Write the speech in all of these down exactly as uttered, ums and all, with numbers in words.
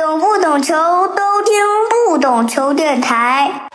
懂不懂球都听不懂球电台。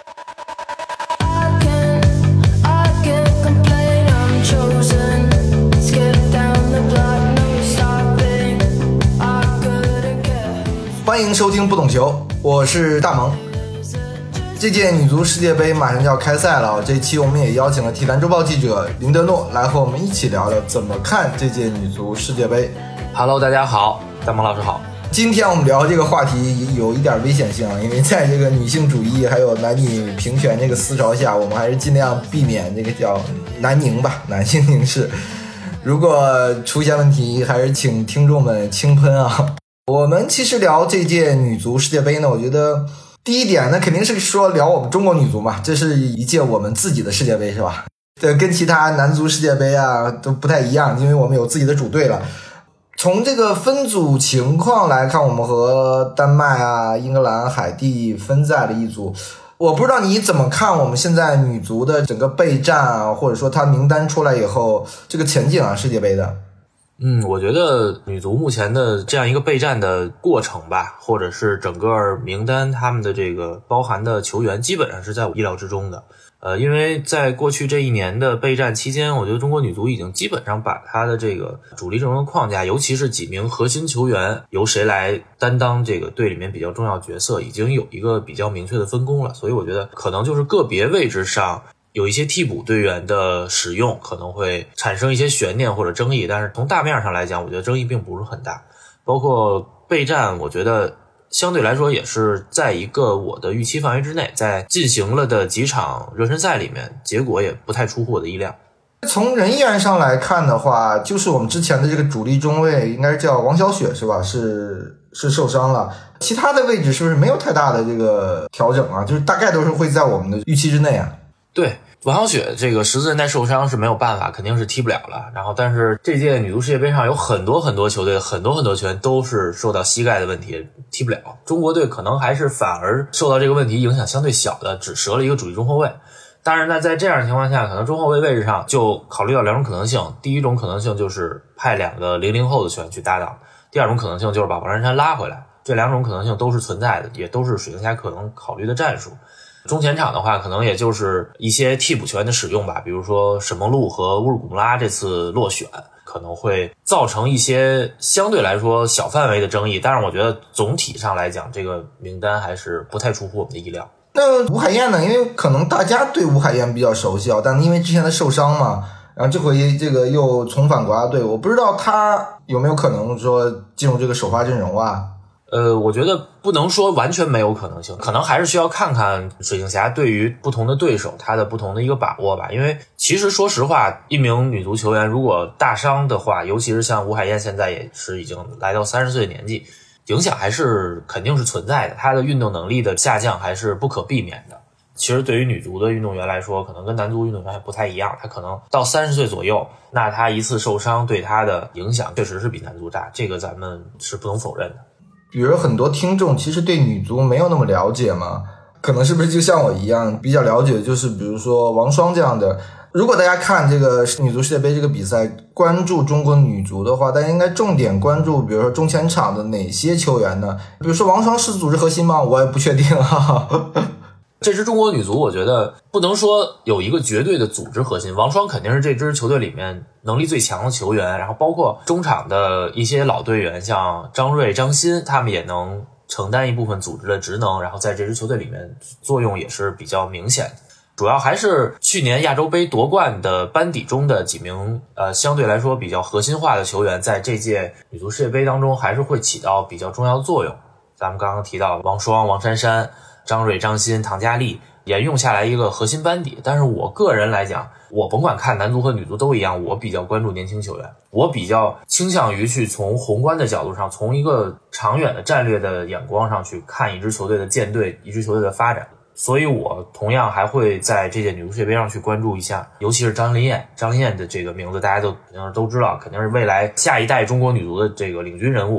欢迎收听不懂球，我是大萌。这届女足世界杯马上就要开赛了，这期我们也邀请了体坛周报记者林德诺来和我们一起聊聊怎么看这届女足世界杯。 Hello， 大家好，大萌老师好。 今天我们聊这个话题有一点危险性，因为在这个女性主义还有男女平权这个思潮下，我们还是尽量避免这个叫男凝吧，男性凝视。如果出现问题，还是请听众们轻喷啊。我们其实聊这届女足世界杯呢，我觉得第一点那肯定是说聊我们中国女足嘛，这是一届我们自己的世界杯是吧？对，跟其他男足世界杯啊都不太一样，因为我们有自己的主队了。从这个分组情况来看，我们和丹麦啊、英格兰、海地分在了一组。我不知道你怎么看我们现在女足的整个备战啊，或者说她名单出来以后这个前景啊，世界杯的。 嗯，我觉得女足目前的这样一个备战的过程吧，或者是整个名单他们的这个包含的球员基本上是在我意料之中的。呃，因为在过去这一年的备战期间，我觉得中国女足已经基本上把她的这个主力阵容的框架，尤其是几名核心球员由谁来担当这个队里面比较重要角色，已经有一个比较明确的分工了。所以我觉得可能就是个别位置上有一些替补队员的使用可能会产生一些悬念或者争议，但是从大面上来讲，我觉得争议并不是很大。包括备战，我觉得相对来说也是在一个我的预期范围之内，在进行了的几场热身赛里面，结果也不太出乎我的意料。 从人员上来看的话，就是我们之前的这个主力中卫应该叫王晓雪是吧？是是受伤了，其他的位置是不是没有太大的这个调整啊？就是大概都是会在我们的预期之内啊。 对，王晓雪这个十字韧带受伤是没有办法，肯定是踢不了了。然后，但是这届女足世界杯上有很多很多球队，很多很多球员都是受到膝盖的问题踢不了。中国队可能还是反而受到这个问题影响相对小的，只折了一个主力中后卫。当然呢，在这样的情况下，可能中后卫位置上就考虑到两种可能性。第一种可能性就是派两个零零后的球员去搭档，第二种可能性就是把王珊珊拉回来。这两种可能性都是存在的，也都是水晶侠可能考虑的战术。中前场的话，可能也就是一些替补球员的使用吧，比如说沈梦露和乌尔古穆拉这次落选，可能会造成一些相对来说小范围的争议。但是我觉得总体上来讲，这个名单还是不太出乎我们的意料。 那吴海燕呢？因为可能大家对吴海燕比较熟悉啊，但因为之前的受伤嘛，然后这回这个又重返国家队，我不知道他有没有可能说进入这个首发阵容啊？ 呃，我觉得不能说完全没有可能性，可能还是需要看看水晶侠对于不同的对手他的不同的一个把握吧。因为其实说实话，一名女足球员如果大伤的话，尤其是像吴海燕现在也是已经来到三十岁的年纪，影响还是肯定是存在的，她的运动能力的下降还是不可避免的。其实对于女足的运动员来说，可能跟男足运动员还不太一样，她可能到三十岁左右，那她一次受伤对她的影响确实是比男足大，这个咱们是不能否认的。 比如很多听众其实对女足没有那么了解嘛，可能是不是就像我一样比较了解，就是比如说王霜这样的。如果大家看这个女足世界杯这个比赛，关注中国女足的话，大家应该重点关注比如说中前场的哪些球员呢？比如说王霜是组织核心吗？我也不确定啊。 这支中国女足我觉得不能说有一个绝对的组织核心，王霜肯定是这支球队里面能力最强的球员，然后包括中场的一些老队员，像张睿、张欣，他们也能承担一部分组织的职能，然后在这支球队里面作用也是比较明显的。主要还是去年亚洲杯夺冠的班底中的几名呃相对来说比较核心化的球员，在这届女足世界杯当中还是会起到比较重要的作用。咱们刚刚提到王霜、王珊珊、张睿、张欣、唐佳丽沿用下来一个核心班底。但是我个人来讲，我甭管看男足和女足都一样，我比较关注年轻球员，我比较倾向于去从宏观的角度上，从一个长远的战略的眼光上去看一支球队的建队，一支球队的发展。所以我同样还会在这届女足世界杯上去关注一下，尤其是张琳艳。张琳艳的这个名字大家都肯定都知道，肯定是未来下一代中国女足的这个领军人物。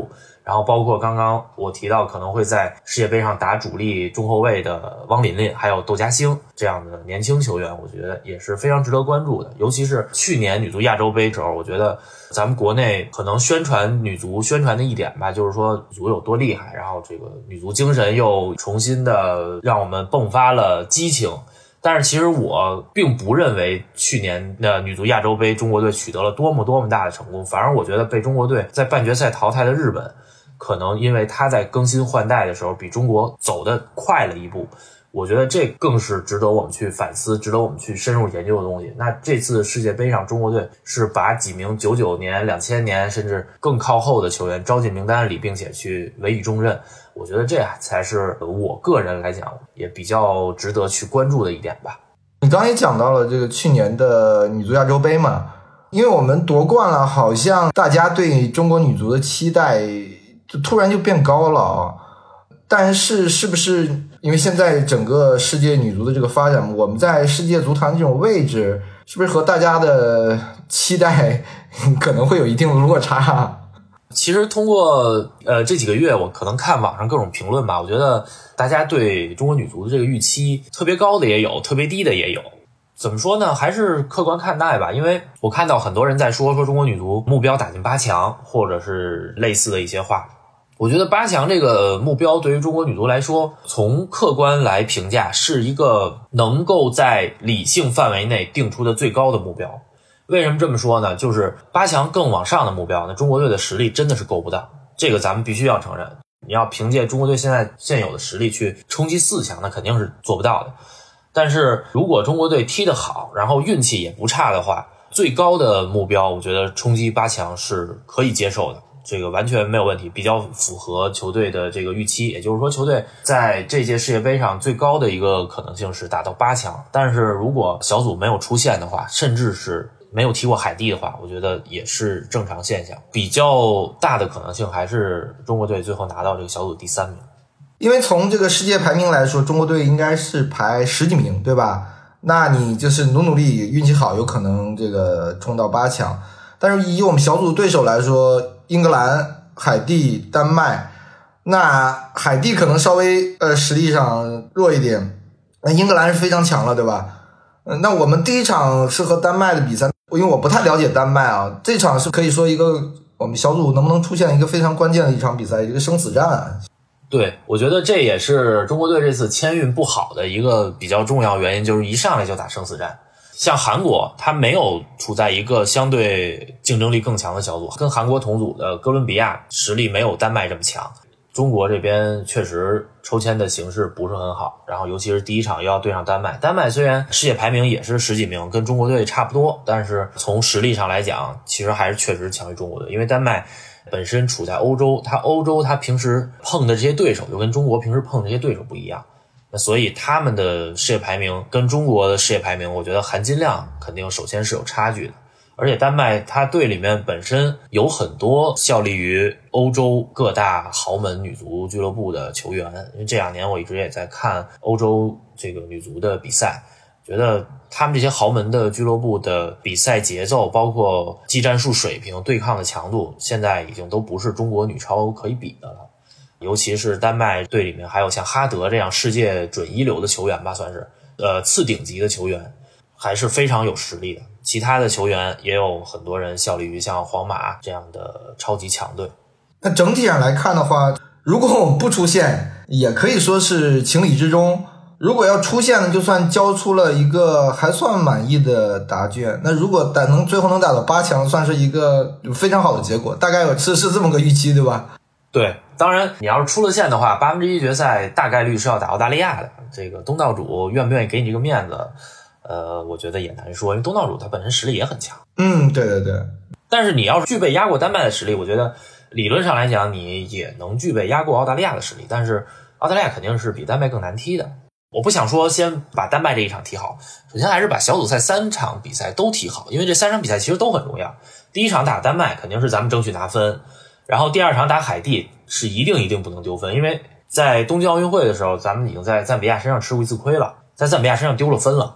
然后包括刚刚我提到可能会在世界杯上打主力中后卫的汪琳琳，还有窦佳星这样的年轻球员，我觉得也是非常值得关注的。尤其是去年女足亚洲杯时候，我觉得咱们国内可能宣传女足宣传的一点吧，就是说女足有多厉害，然后这个女足精神又重新的让我们迸发了激情。但是其实我并不认为去年的女足亚洲杯中国队取得了多么多么大的成功，反而我觉得被中国队在半决赛淘汰的日本，可能因为他在更新换代的时候比中国走得快了一步，我觉得这更是值得我们去反思，值得我们去深入研究的东西。那这次世界杯上中国队是把几名九九年、两千年甚至更靠后的球员招进名单里，并且去委以重任，我觉得这才是我个人来讲也比较值得去关注的一点吧。 你刚才也讲到了这个去年的女足亚洲杯嘛，因为我们夺冠了，好像大家对中国女足的期待就突然就变高了啊。但是是不是因为现在整个世界女足的这个发展，我们在世界足坛这种位置是不是和大家的期待可能会有一定的落差？ 其实通过呃这几个月我可能看网上各种评论吧，我觉得大家对中国女足的这个预期特别高的也有，特别低的也有。怎么说呢，还是客观看待吧。因为我看到很多人在说说中国女足目标打进八强，或者是类似的一些话。我觉得八强这个目标对于中国女足来说，从客观来评价是一个能够在理性范围内定出的最高的目标。为什么这么说呢？就是八强更往上的目标，那中国队的实力真的是够不到，这个咱们必须要承认。你要凭借中国队现在现有的实力去冲击四强，那肯定是做不到的。但是如果中国队踢得好，然后运气也不差的话，最高的目标我觉得冲击八强是可以接受的，这个完全没有问题，比较符合球队的这个预期。也就是说球队在这届世界杯上最高的一个可能性是打到八强，但是如果小组没有出现的话，甚至是没有踢过海地的话，我觉得也是正常现象。比较大的可能性还是中国队最后拿到这个小组第三名。 因为从这个世界排名来说，中国队应该是排十几名，对吧？那你就是努努力，运气好，有可能这个冲到八强。但是以我们小组对手来说，英格兰、海地、丹麦，那海地可能稍微呃实力上弱一点，那英格兰是非常强了，对吧？呃、那我们第一场是和丹麦的比赛，因为我不太了解丹麦啊，这场是可以说一个我们小组能不能出现一个非常关键的一场比赛，一个生死战啊。 对，我觉得这也是中国队这次签运不好的一个比较重要原因，就是一上来就打生死战。像韩国，他没有处在一个相对竞争力更强的小组，跟韩国同组的哥伦比亚实力没有丹麦这么强。中国这边确实抽签的形势不是很好，然后尤其是第一场又要对上丹麦。丹麦虽然世界排名也是十几名，跟中国队差不多，但是从实力上来讲，其实还是确实强于中国队，因为丹麦本身处在欧洲，他欧洲他平时碰的这些对手就跟中国平时碰的这些对手不一样，那所以他们的世界排名跟中国的世界排名，我觉得含金量肯定首先是有差距的。而且丹麦他队里面本身有很多效力于欧洲各大豪门女足俱乐部的球员，因为这两年我一直也在看欧洲这个女足的比赛，觉得他们这些豪门的俱乐部的比赛节奏，包括技战术水平、对抗的强度，现在已经都不是中国女超可以比的了。尤其是丹麦队里面还有像哈德这样世界准一流的球员吧，算是呃次顶级的球员，还是非常有实力的。其他的球员也有很多人效力于像皇马这样的超级强队。 那整体上来看的话，如果我们不出现，也可以说是情理之中。如果要出现呢，就算交出了一个还算满意的答卷。那如果打能最后能打到八强，算是一个非常好的结果，大概有是是这么个预期，对吧？ 对，当然你要是出了线的话，八分之一决赛大概率是要打澳大利亚的。这个东道主愿不愿意给你这个面子，呃，我觉得也难说，因为东道主他本身实力也很强。 嗯，对对对。 但是你要是具备压过丹麦的实力，我觉得理论上来讲你也能具备压过澳大利亚的实力，但是澳大利亚肯定是比丹麦更难踢的。我不想说先把丹麦这一场踢好，首先还是把小组赛三场比赛都踢好，因为这三场比赛其实都很重要。第一场打丹麦肯定是咱们争取拿分，然后第二场打海地是一定一定不能丢分，因为在东京奥运会的时候咱们已经在赞比亚身上吃过一次亏了，在赞比亚身上丢了分了。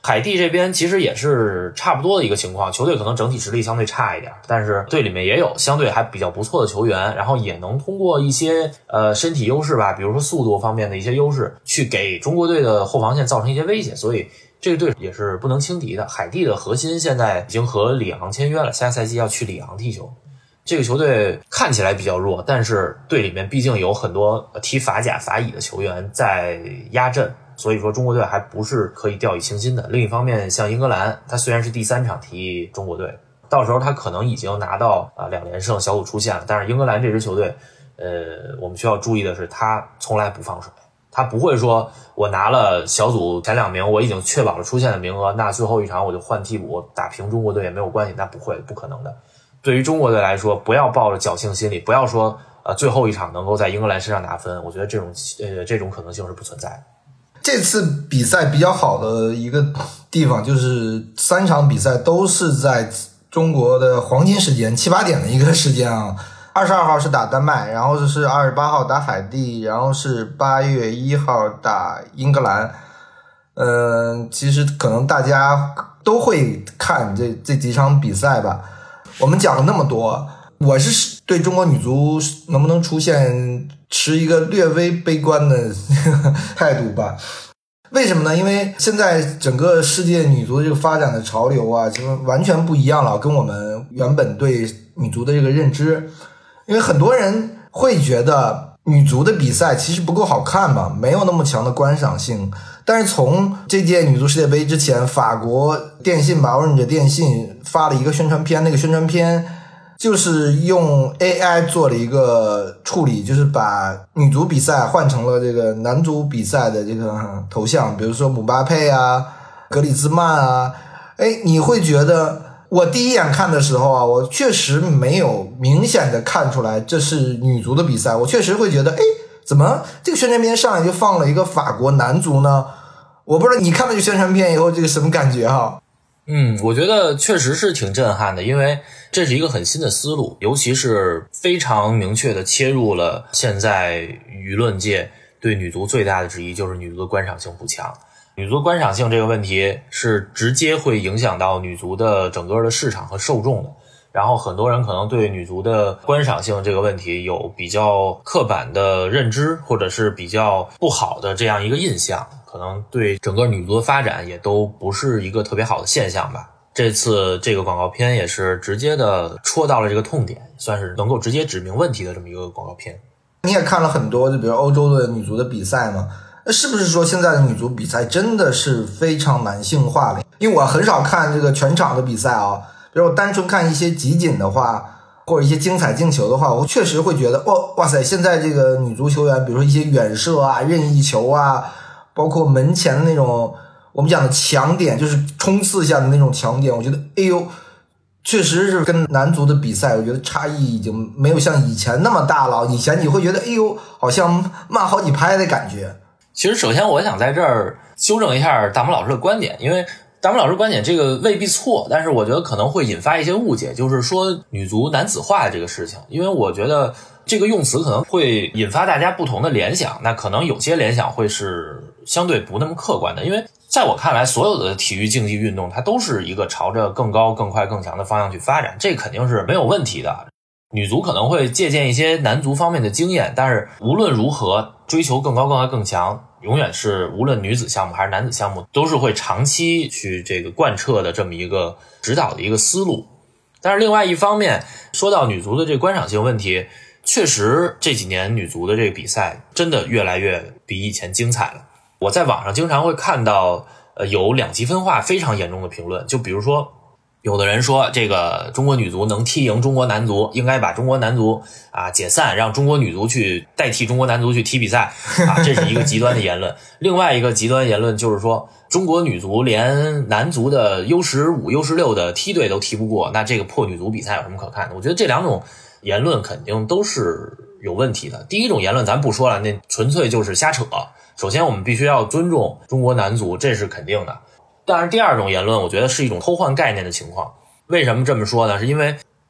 海地这边其实也是差不多的一个情况，球队可能整体实力相对差一点，但是队里面也有相对还比较不错的球员，然后也能通过一些呃身体优势吧，比如说速度方面的一些优势，去给中国队的后防线造成一些威胁，所以这个队也是不能轻敌的。海地的核心现在已经和里昂签约了，下赛季要去里昂踢球。这个球队看起来比较弱，但是队里面毕竟有很多踢法甲法乙的球员在压阵，所以说中国队还不是可以掉以轻心的。另一方面，像英格兰，他虽然是第三场踢中国队，到时候他可能已经拿到啊两连胜，小组出线了，但是英格兰这支球队呃我们需要注意的是，他从来不放水，他不会说我拿了小组前两名，我已经确保了出线的名额，那最后一场我就换替补打平中国队也没有关系，那不会，不可能的。对于中国队来说，不要抱着侥幸心理，不要说呃最后一场能够在英格兰身上拿分，我觉得这种呃这种可能性是不存在的。 这次比赛比较好的一个地方就是三场比赛都是在中国的黄金时间七八点的一个时间啊。二十二号是打丹麦，然后是二十八号打海地，然后是八月一号打英格兰。嗯、呃，其实可能大家都会看这这几场比赛吧。我们讲了那么多，我是对中国女足能不能出现持一个略微悲观的态度吧。为什么呢？因为现在整个世界女足的这个发展的潮流啊，就完全不一样了，跟我们原本对女足的这个认知。因为很多人会觉得女足的比赛其实不够好看嘛，没有那么强的观赏性。但是从这届女足世界杯之前，法国电信吧，欧忍者电信发了一个宣传片，那个宣传片就是用 A I 做了一个处理，就是把女足比赛换成了这个男足比赛的这个头像，比如说姆巴佩啊、格里兹曼啊。哎，你会觉得我第一眼看的时候啊，我确实没有明显的看出来这是女足的比赛，我确实会觉得，哎，怎么这个宣传片上来就放了一个法国男足呢？我不知道你看了这个宣传片以后这个什么感觉哈？ 嗯，我觉得确实是挺震撼的，因为这是一个很新的思路，尤其是非常明确的切入了现在舆论界对女足最大的质疑，就是女足的观赏性不强。女足观赏性这个问题是直接会影响到女足的整个的市场和受众的。然后很多人可能对女足的观赏性这个问题有比较刻板的认知，或者是比较不好的这样一个印象，可能对整个女足的发展也都不是一个特别好的现象吧。这次这个广告片也是直接的戳到了这个痛点，算是能够直接指明问题的这么一个广告片。 你也看了很多就比如欧洲的女足的比赛嘛，那是不是说现在的女足比赛真的是非常男性化了？因为我很少看这个全场的比赛啊，比如我单纯看一些集锦的话，或者一些精彩进球的话，我确实会觉得哦，哇塞，现在这个女足球员比如说一些远射啊、任意球啊，包括门前的那种我们讲的强点，就是冲刺下的那种强点，我觉得哎呦，确实是跟男足的比赛我觉得差异已经没有像以前那么大了。以前你会觉得哎呦好像慢好几拍的感觉。 其实首先我想在这儿修正一下大木老师的观点，因为大木老师观点这个未必错，但是我觉得可能会引发一些误解，就是说女足男子化的这个事情。因为我觉得这个用词可能会引发大家不同的联想，那可能有些联想会是相对不那么客观的。因为在我看来，所有的体育竞技运动它都是一个朝着更高更快更强的方向去发展，这肯定是没有问题的。女足可能会借鉴一些男足方面的经验，但是无论如何追求更高更快更强，永远是无论女子项目还是男子项目都是会长期去这个贯彻的这么一个指导的一个思路。但是另外一方面，说到女足的这个观赏性问题，确实这几年女足的这个比赛真的越来越比以前精彩了。我在网上经常会看到呃有两极分化非常严重的评论，就比如说有的人说这个中国女足能踢赢中国男足，应该把中国男足啊解散，让中国女足去代替中国男足去踢比赛啊，这是一个极端的言论。另外一个极端言论就是说中国女足连男足的 U 十五 U 十六 的梯队都踢不过，那这个破女足比赛有什么可看的？我觉得这两种言论肯定都是有问题的。第一种言论咱不说了，那纯粹就是瞎扯。首先我们必须要尊重中国男足，这是肯定的。但是第二种言论我觉得是一种偷换概念的情况。为什么这么说呢？是因为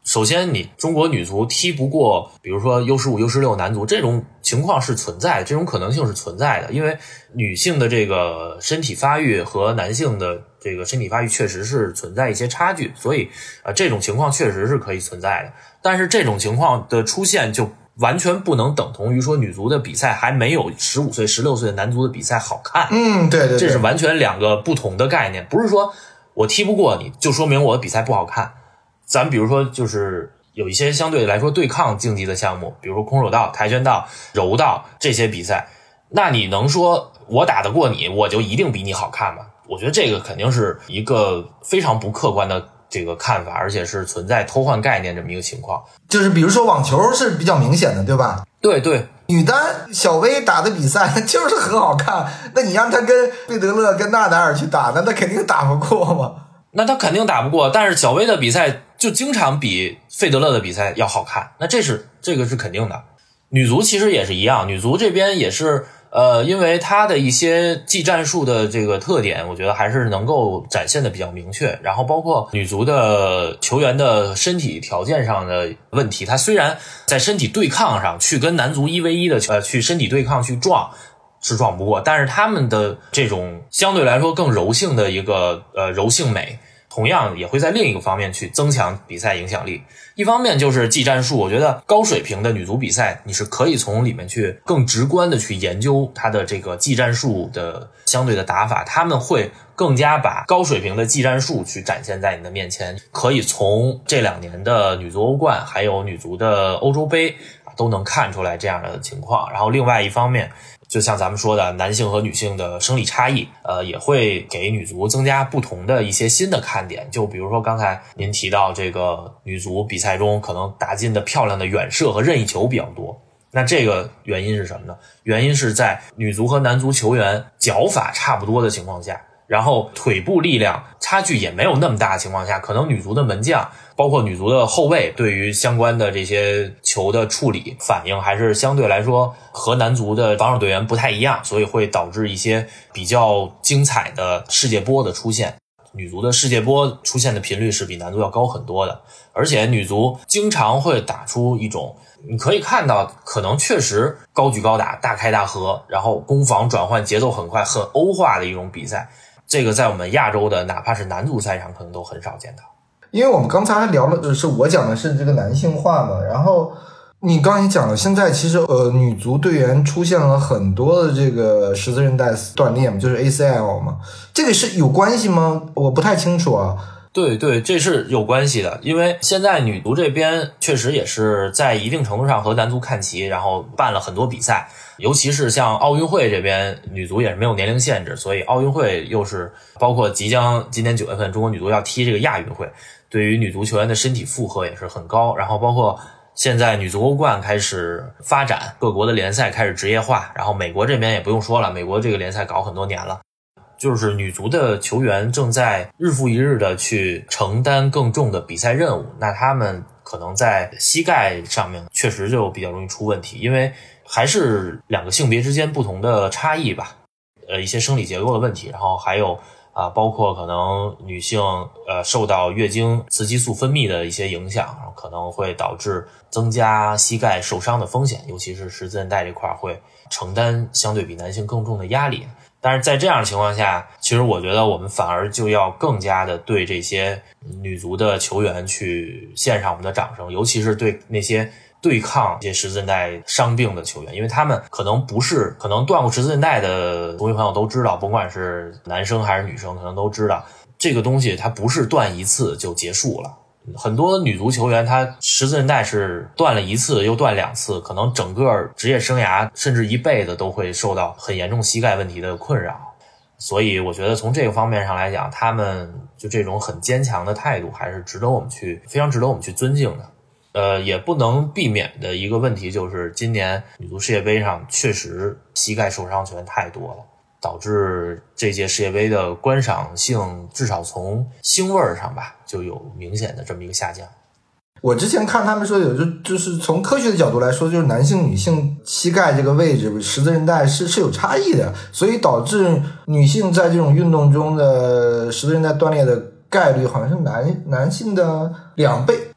首先你中国女足踢不过比如说 U 十五 U 十六 男足，这种情况是存在的，这种可能性是存在的，因为女性的这个身体发育和男性的这个身体发育确实是存在一些差距，所以呃这种情况确实是可以存在的。但是这种情况的出现就完全不能等同于说女足的比赛还没有十五岁十六岁的男足的比赛好看。 嗯，对对对， 这是完全两个不同的概念，不是说我踢不过你就说明我的比赛不好看。咱比如说就是有一些相对来说对抗竞技的项目，比如说空手道、跆拳道、柔道这些比赛，那你能说我打得过你我就一定比你好看吗？我觉得这个肯定是一个非常不客观的这个看法，而且是存在偷换概念这么一个情况。 就是比如说网球是比较明显的，对吧？ 对对， 女单小威打的比赛就是很好看，那你让她跟费德勒跟纳达尔去打，那她肯定打不过嘛。 那他肯定打不过，但是小威的比赛就经常比费德勒的比赛要好看，那这是这个是肯定的。女足其实也是一样，女足这边也是呃，因为它的一些技战术的这个特点，我觉得还是能够展现的比较明确。然后包括女足的球员的身体条件上的问题，它虽然在身体对抗上去跟男足一 v 一的呃去身体对抗去撞是撞不过，但是他们的这种相对来说更柔性的一个呃柔性美，同样也会在另一个方面去增强比赛影响力。一方面就是技战术，我觉得高水平的女足比赛你是可以从里面去更直观的去研究它的这个技战术的相对的打法，他们会更加把高水平的技战术去展现在你的面前，可以从这两年的女足欧冠还有女足的欧洲杯都能看出来这样的情况。然后另外一方面就像咱们说的男性和女性的生理差异，呃，也会给女足增加不同的一些新的看点。就比如说刚才您提到这个女足比赛中可能打进的漂亮的远射和任意球比较多，那这个原因是什么呢？原因是在女足和男足球员脚法差不多的情况下，然后腿部力量差距也没有那么大的情况下，可能女足的门将包括女足的后卫对于相关的这些球的处理反应还是相对来说和男足的防守队员不太一样，所以会导致一些比较精彩的世界波的出现。女足的世界波出现的频率是比男足要高很多的，而且女足经常会打出一种你可以看到可能确实高举高打大开大合，然后攻防转换节奏很快很欧化的一种比赛，这个在我们亚洲的哪怕是男足赛场可能都很少见到。 因为我们刚才还聊了，就是我讲的是这个男性化嘛，然后你刚才也讲了，现在其实呃女足队员出现了很多的这个十字韧带断裂嘛，就是 A C L 嘛，这个是有关系吗？我不太清楚啊。 对对，这是有关系的，因为现在女足这边确实也是在一定程度上和男足看齐，然后办了很多比赛，尤其是像奥运会这边女足也是没有年龄限制，所以奥运会又是包括即将今年九月份中国女足要踢这个亚运会，对于女足球员的身体负荷也是很高，然后包括现在女足欧冠开始发展，各国的联赛开始职业化，然后美国这边也不用说了，美国这个联赛搞很多年了，就是女足的球员正在日复一日的去承担更重的比赛任务，那他们可能在膝盖上面确实就比较容易出问题，因为还是两个性别之间不同的差异吧，呃，一些生理结构的问题，然后还有啊，包括可能女性呃受到月经雌激素分泌的一些影响，然后可能会导致增加膝盖受伤的风险，尤其是十字韧带这块会承担相对比男性更重的压力。但是在这样的情况下，其实我觉得我们反而就要更加的对这些女足的球员去献上我们的掌声，尤其是对那些对抗这些十字韧带伤病的球员，因为他们可能不是可能断过十字韧带的球迷朋友都知道，甭管是男生还是女生可能都知道，这个东西它不是断一次就结束了。很多女足球员她十字韧带是断了一次又断两次，可能整个职业生涯甚至一辈子都会受到很严重膝盖问题的困扰。所以我觉得从这个方面上来讲，他们就这种很坚强的态度还是值得我们去非常值得我们去尊敬的。呃，也不能避免的一个问题就是今年女足世界杯上确实膝盖受伤球员太多了，导致这届世界杯的观赏性至少从腥味上吧就有明显的这么一个下降。 我之前看他们说有就就是从科学的角度来说，就是男性女性膝盖这个位置十字韧带是是有差异的，所以导致女性在这种运动中的十字韧带断裂的概率好像是男男性的两倍。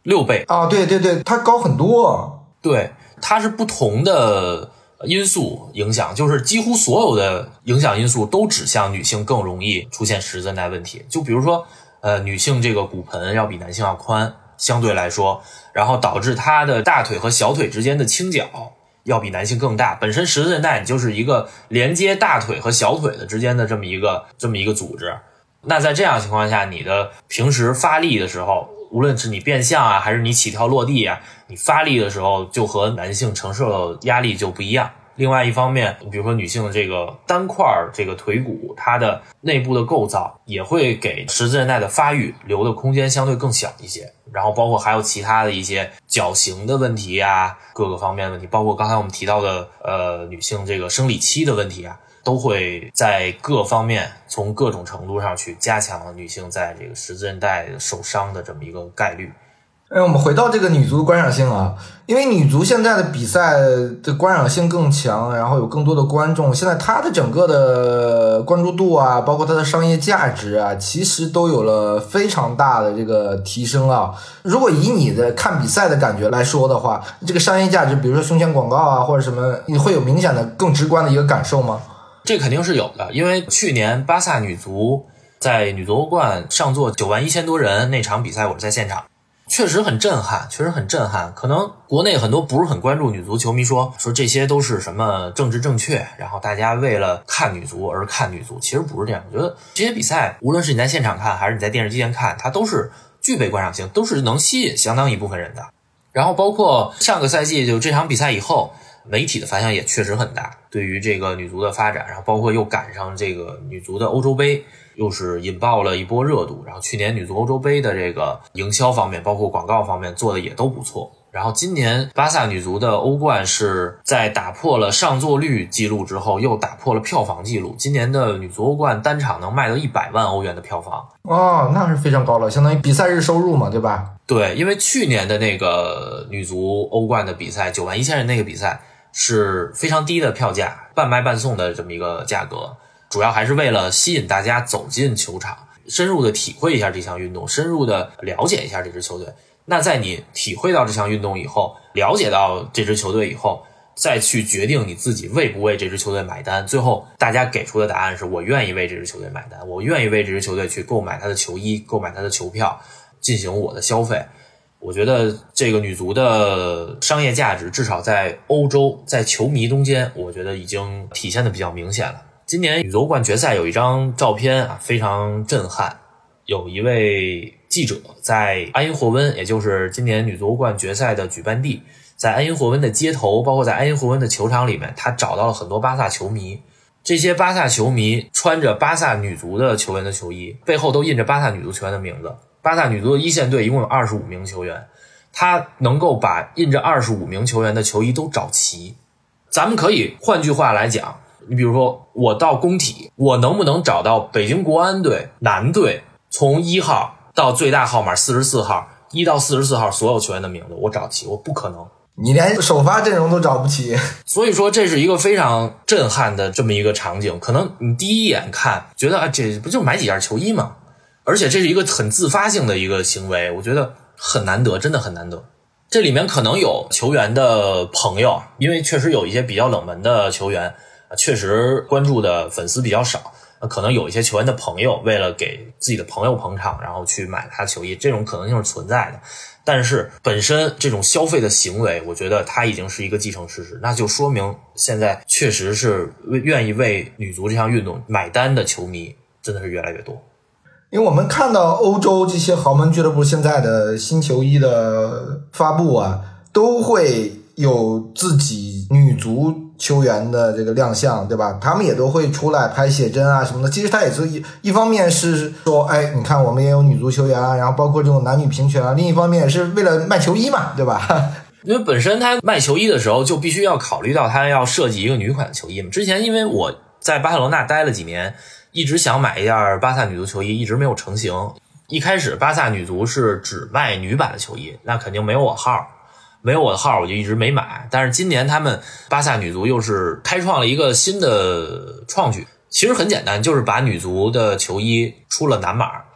六倍啊，对对对，它高很多。 对，它是不同的因素影响，就是几乎所有的影响因素都指向女性更容易出现十字韧带问题。就比如说，呃，女性这个骨盆要比男性要宽，相对来说，然后导致她的大腿和小腿之间的倾角要比男性更大。本身十字韧带就是一个连接大腿和小腿的之间的这么一个这么一个组织。那在这样的情况下，你的平时发力的时候，无论是你变向啊，还是你起跳落地啊，你发力的时候就和男性承受的压力就不一样。另外一方面，比如说女性的这个单块这个腿骨，它的内部的构造也会给十字韧带的发育留的空间相对更小一些。然后包括还有其他的一些脚型的问题啊，各个方面的问题，包括刚才我们提到的呃女性这个生理期的问题啊，都会在各方面从各种程度上去加强女性在这个十字韧带受伤的这么一个概率。 哎，我们回到这个女足的观赏性啊，因为女足现在的比赛的观赏性更强，然后有更多的观众，现在它的整个的关注度啊，包括它的商业价值啊，其实都有了非常大的这个提升啊。如果以你的看比赛的感觉来说的话，这个商业价值，比如说胸前广告啊，或者什么，你会有明显的更直观的一个感受吗？ 这肯定是有的，因为去年巴萨女足在女足欧冠上座九万一千多人那场比赛，我是在现场。确实很震撼，确实很震撼。可能国内很多不是很关注女足球迷说说这些都是什么政治正确，然后大家为了看女足而看女足，其实不是这样。我觉得这些比赛，无论是你在现场看还是你在电视机前看，它都是具备观赏性，都是能吸引相当一部分人的。然后包括上个赛季就这场比赛以后，媒体的反响也确实很大，对于这个女足的发展，然后包括又赶上这个女足的欧洲杯，又是引爆了一波热度。然后去年女足欧洲杯的这个营销方面，包括广告方面做的也都不错。然后今年巴萨女足的欧冠是在打破了上座率记录之后，又打破了票房记录。今年的女足欧冠单场能卖到一百万欧元的票房。 哦，那是非常高了，相当于比赛日收入嘛，对吧？ 对，因为去年的那个女足欧冠的比赛，九万一千人那个比赛是非常低的票价，半卖半送的这么一个价格，主要还是为了吸引大家走进球场，深入的体会一下这项运动，深入的了解一下这支球队。那在你体会到这项运动以后，了解到这支球队以后，再去决定你自己为不为这支球队买单。最后大家给出的答案是，我愿意为这支球队买单，我愿意为这支球队去购买他的球衣，购买他的球票，进行我的消费。我觉得这个女足的商业价值至少在欧洲，在球迷中间，我觉得已经体现的比较明显了。今年女足欧冠决赛有一张照片啊，非常震撼。有一位记者在埃因霍温，也就是今年女足欧冠决赛的举办地，在埃因霍温的街头，包括在埃因霍温的球场里面，他找到了很多巴萨球迷。这些巴萨球迷穿着巴萨女足的球员的球衣，背后都印着巴萨女足球员的名字。巴萨女足的一线队一共有二十五名球员，他能够把印着二十五名球员的球衣都找齐。咱们可以换句话来讲，你比如说我到工体，我能不能找到北京国安队男队从一号到最大号码四十四号，一到四十四号所有球员的名字我找齐？我不可能， 你连首发阵容都找不齐。 所以说这是一个非常震撼的这么一个场景。可能你第一眼看觉得啊，这不就买几件球衣吗？而且这是一个很自发性的一个行为，我觉得很难得，真的很难得。这里面可能有球员的朋友，因为确实有一些比较冷门的球员，确实关注的粉丝比较少，可能有一些球员的朋友为了给自己的朋友捧场，然后去买他的球衣，这种可能性是存在的。但是本身这种消费的行为，我觉得它已经是一个既成事实，那就说明现在确实是愿意为女足这项运动买单的球迷真的是越来越多。 因为我们看到欧洲这些豪门俱乐部现在的新球衣的发布啊，都会有自己女足球员的这个亮相，对吧？他们也都会出来拍写真啊什么的。其实他也是一一方面是说，哎，你看我们也有女足球员啊，然后包括这种男女平权啊，另一方面也是为了卖球衣嘛，对吧？ 因为本身他卖球衣的时候就必须要考虑到他要设计一个女款的球衣嘛。之前因为我在巴塞罗那待了几年，一直想买一件巴萨女足球衣，一直没有成型。一开始巴萨女足是只卖女版的球衣，那肯定没有我号，没有我的号我就一直没买。但是今年他们巴萨女足又是开创了一个新的创举，其实很简单，就是把女足的球衣出了男码。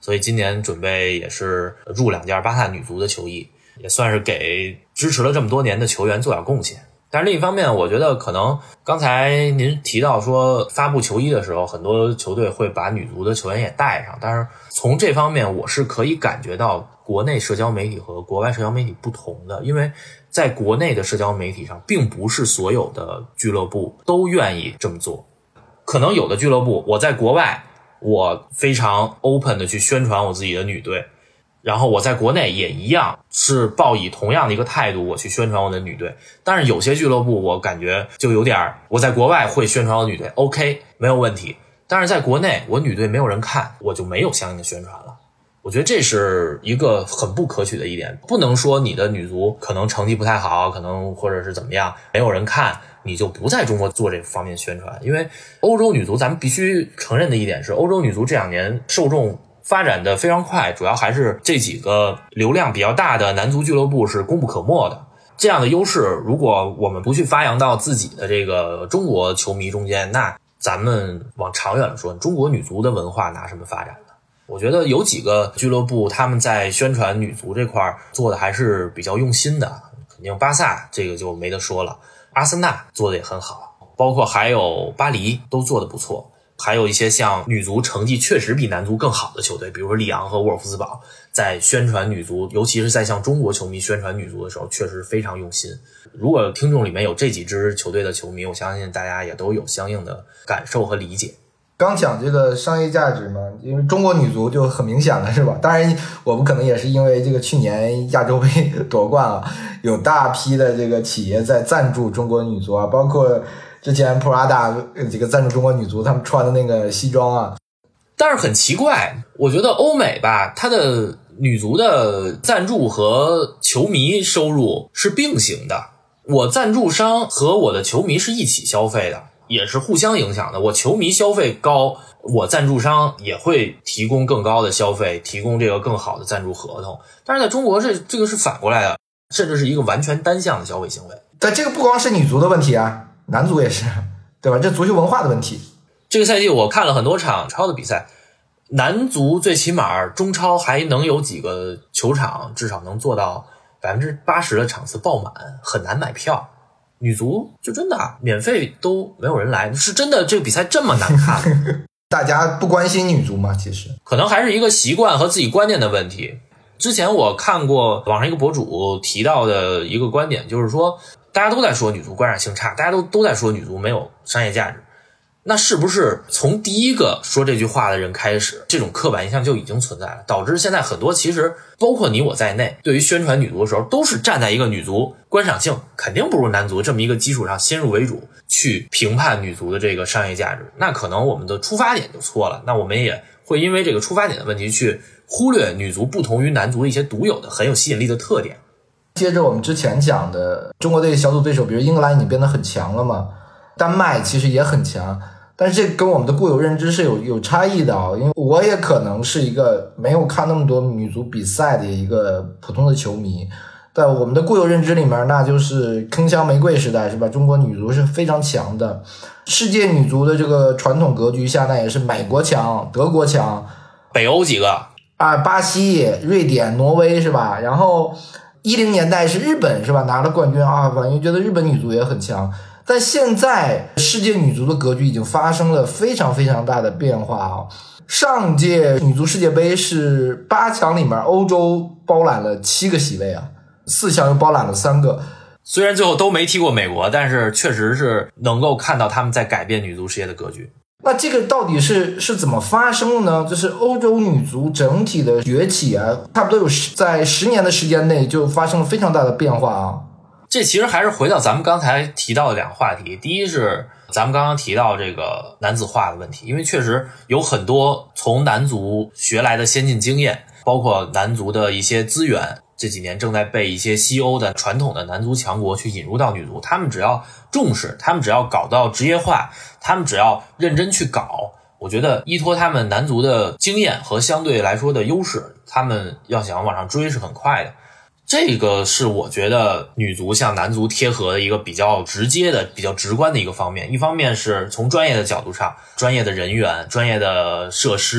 所以今年准备也是入两件巴萨女足的球衣，也算是给支持了这么多年的球员做点贡献。但是另一方面，我觉得可能刚才您提到说发布球衣的时候，很多球队会把女足的球员也带上，但是从这方面我是可以感觉到国内社交媒体和国外社交媒体不同的，因为在国内的社交媒体上，并不是所有的俱乐部都愿意这么做。可能有的俱乐部，我在国外，我非常 open 的去宣传我自己的女队，然后我在国内也一样是抱以同样的一个态度我去宣传我的女队。但是有些俱乐部我感觉就有点，我在国外会宣传我女队 OK 没有问题，但是在国内我女队没有人看，我就没有相应的宣传了。我觉得这是一个很不可取的一点，不能说你的女足可能成绩不太好，可能或者是怎么样没有人看，你就不在中国做这方面宣传。因为欧洲女足咱们必须承认的一点是，欧洲女足这两年受众发展的非常快，主要还是这几个流量比较大的男足俱乐部是功不可没的。这样的优势如果我们不去发扬到自己的这个中国球迷中间，那咱们往长远了说，中国女足的文化拿什么发展呢？我觉得有几个俱乐部他们在宣传女足这块做的还是比较用心的，肯定巴萨这个就没得说了，阿森纳做的也很好，包括还有巴黎都做的不错，还有一些像女足成绩确实比男足更好的球队，比如说里昂和沃尔夫斯堡，在宣传女足，尤其是在向中国球迷宣传女足的时候确实非常用心。如果听众里面有这几支球队的球迷，我相信大家也都有相应的感受和理解。 刚讲这个商业价值嘛，因为中国女足就很明显了，是吧？当然我们可能也是因为这个去年亚洲杯夺冠了，有大批的这个企业在赞助中国女足啊，包括之前 Prada 这个赞助中国女足他们穿的那个西装啊。 但是很奇怪，我觉得欧美吧，它的女足的赞助和球迷收入是并行的，我赞助商和我的球迷是一起消费的，也是互相影响的。我球迷消费高，我赞助商也会提供更高的消费，提供这个更好的赞助合同。但是在中国这这个是反过来的，甚至是一个完全单向的消费行为。 但这个不光是女足的问题啊，男足也是，对吧？这足球文化的问题。 这个赛季我看了很多场超的比赛，男足最起码中超还能有几个球场至少能做到百分之八十的场次爆满，很难买票。女足就真的免费都没有人来，是真的这个比赛这么难看？ 大家不关心女足吗？其实可能还是一个习惯和自己观念的问题。之前我看过网上一个博主提到的一个观点，就是说大家都在说女足观赏性差，大家都都在说女足没有商业价值。那是不是从第一个说这句话的人开始，这种刻板印象就已经存在了，导致现在很多其实包括你我在内，对于宣传女足的时候，都是站在一个女足观赏性肯定不如男足这么一个基础上先入为主去评判女足的这个商业价值，那可能我们的出发点就错了，那我们也会因为这个出发点的问题去忽略女足不同于男足的一些独有的很有吸引力的特点。 接着我们之前讲的中国队小组对手，比如英格兰已经变得很强了嘛，丹麦其实也很强，但是这跟我们的固有认知是有有差异的啊。因为我也可能是一个没有看那么多女足比赛的一个普通的球迷，在我们的固有认知里面，那就是铿锵玫瑰时代，是吧？中国女足是非常强的，世界女足的这个传统格局下，那也是美国强、德国强， 北欧几个啊，巴西、瑞典、挪威，是吧？然后一零年代是日本，是吧？拿了冠军啊，感觉觉得日本女足也很强。但现在世界女足的格局已经发生了非常非常大的变化啊！上届女足世界杯是八强里面欧洲包揽了七个席位啊，四强又包揽了三个。 虽然最后都没踢过美国，但是确实是能够看到他们在改变女足世界的格局。 那这个到底是是怎么发生的呢？就是欧洲女足整体的崛起啊，差不多有在十年的时间内就发生了非常大的变化啊。 这其实还是回到咱们刚才提到的两个话题，第一是咱们刚刚提到这个男子化的问题，因为确实有很多从男足学来的先进经验，包括男足的一些资源，这几年正在被一些西欧的传统的男足强国去引入到女足，他们只要重视，他们只要搞到职业化，他们只要认真去搞，我觉得依托他们男足的经验和相对来说的优势，他们要想往上追是很快的。这个是我觉得女足向男足贴合的一个比较直接的、比较直观的一个方面。一方面是从专业的角度上，专业的人员、专业的设施，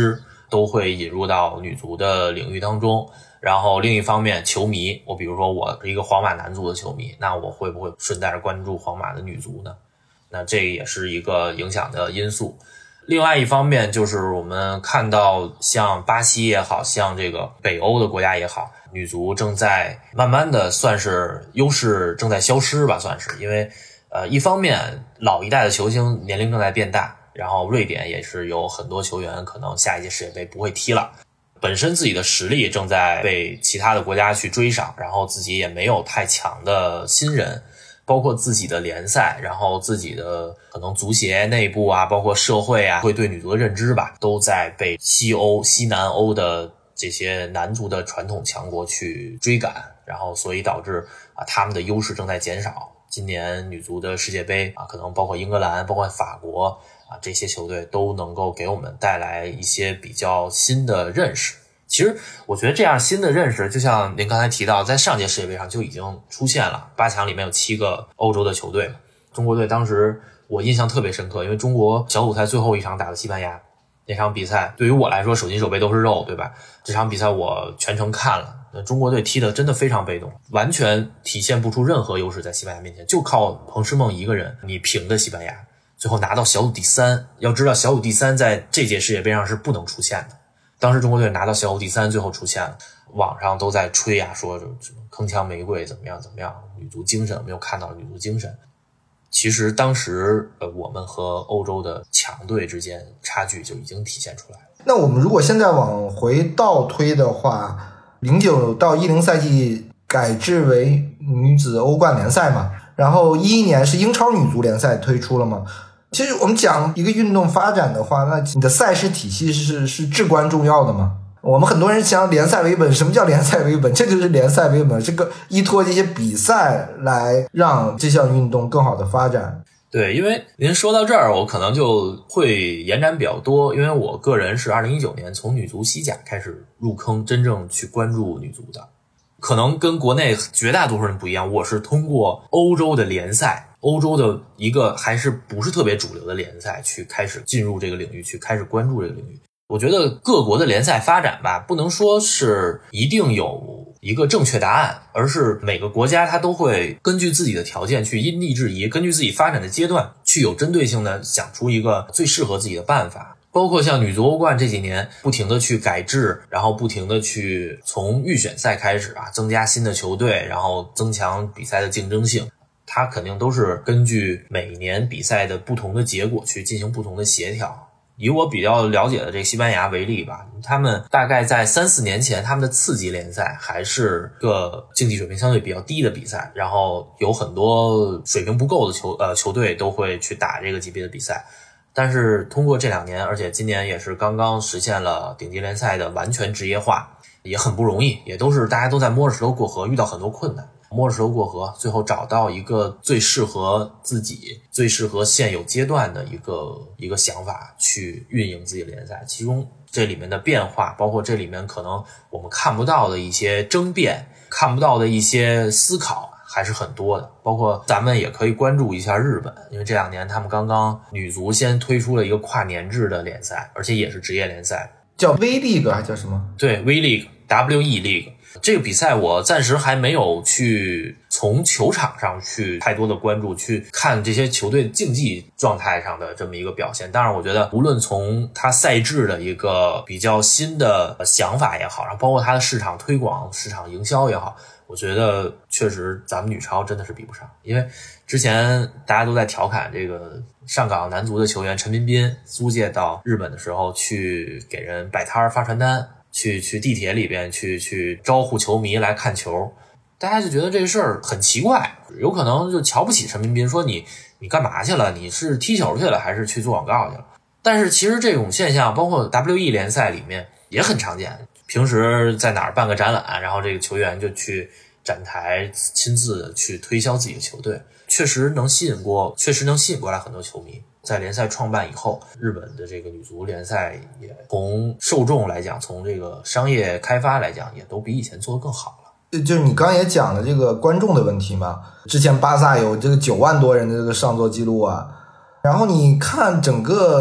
都会引入到女足的领域当中。然后另一方面，球迷，我比如说我是一个皇马男足的球迷，那我会不会顺带着关注皇马的女足呢？那这也是一个影响的因素。另外一方面就是我们看到像巴西也好，像这个北欧的国家也好，女足正在慢慢的算是优势正在消失吧，算是。因为呃，一方面老一代的球星年龄正在变大，然后瑞典也是有很多球员可能下一届世界杯不会踢了，本身自己的实力正在被其他的国家去追上，然后自己也没有太强的新人，包括自己的联赛，然后自己的可能足协内部啊，包括社会啊，会对女足的认知吧，都在被西欧、西南欧的这些男足的传统强国去追赶，然后所以导致啊他们的优势正在减少。今年女足的世界杯啊，可能包括英格兰、包括法国啊，这些球队都能够给我们带来一些比较新的认识。其实我觉得这样新的认识，就像您刚才提到，在上届世界杯上就已经出现了，八强里面有七个欧洲的球队嘛。中国队当时我印象特别深刻，因为中国小组赛最后一场打的西班牙，那场比赛对于我来说手心手背都是肉，对吧？这场比赛我全程看了，那中国队踢的真的非常被动，完全体现不出任何优势，在西班牙面前就靠彭诗梦一个人，你平的西班牙，最后拿到小组第三。要知道小组第三在这届世界杯上是不能出现的，当时中国队拿到小组第三，最后出现了，网上都在吹啊，说什么铿锵玫瑰怎么样怎么样，女足精神没有看到女足精神。其实当时呃，我们和欧洲的强队之间差距就已经体现出来了。 那我们如果现在往回倒推的话，零九到一零赛季改制为女子欧冠联赛嘛，然后一一年是英超女足联赛推出了嘛。其实我们讲一个运动发展的话，那你的赛事体系是是至关重要的嘛。我们很多人想联赛为本，什么叫联赛为本？这就是联赛为本，这个依托这些比赛来让这项运动更好的发展。 对，因为您说到这儿，我可能就会延展比较多，因为我个人是二零一九年从女足西甲开始入坑，真正去关注女足的。可能跟国内绝大多数人不一样，我是通过欧洲的联赛，欧洲的一个还是不是特别主流的联赛去开始进入这个领域，去开始关注这个领域。我觉得各国的联赛发展吧，不能说是一定有一个正确答案，而是每个国家它都会根据自己的条件去因地制宜，根据自己发展的阶段去有针对性的想出一个最适合自己的办法。包括像女足欧冠这几年不停的去改制，然后不停的去从预选赛开始啊，增加新的球队，然后增强比赛的竞争性，它肯定都是根据每年比赛的不同的结果去进行不同的协调。以我比较了解的这个西班牙为例吧，他们大概在三四年前，他们的次级联赛还是个竞技水平相对比较低的比赛，然后有很多水平不够的球呃球队都会去打这个级别的比赛。但是通过这两年，而且今年也是刚刚实现了顶级联赛的完全职业化，也很不容易，也都是大家都在摸着石头过河，遇到很多困难，摸着石头过河，最后找到一个最适合自己、最适合现有阶段的一个一个想法去运营自己的联赛。其中这里面的变化，包括这里面可能我们看不到的一些争辩，看不到的一些思考，还是很多的。包括咱们也可以关注一下日本，因为这两年他们刚刚女足先推出了一个跨年制的联赛，而且也是职业联赛， 叫 V League 还叫什么？ 对 V League W E League。这个比赛我暂时还没有去从球场上去太多的关注，去看这些球队竞技状态上的这么一个表现。当然我觉得无论从它赛制的一个比较新的想法也好，然后包括它的市场推广、市场营销也好，我觉得确实咱们女超真的是比不上。因为之前大家都在调侃这个上港男足的球员陈彬彬租借到日本的时候，去给人摆摊发传单，去去地铁里边去去招呼球迷来看球，大家就觉得这事儿很奇怪，有可能就瞧不起陈彬彬，说你你干嘛去了？你是踢球去了还是去做广告去了？但是其实这种现象包括 W E 联赛里面也很常见，平时在哪儿办个展览，然后这个球员就去展台亲自去推销自己的球队，确实能吸引过确实能吸引过来很多球迷。在联赛创办以后，日本的这个女足联赛也从受众来讲，从这个商业开发来讲，也都比以前做得更好了。 就是你刚刚也讲了这个观众的问题嘛，之前巴萨有这个九万多人的这个上座记录啊，然后你看整个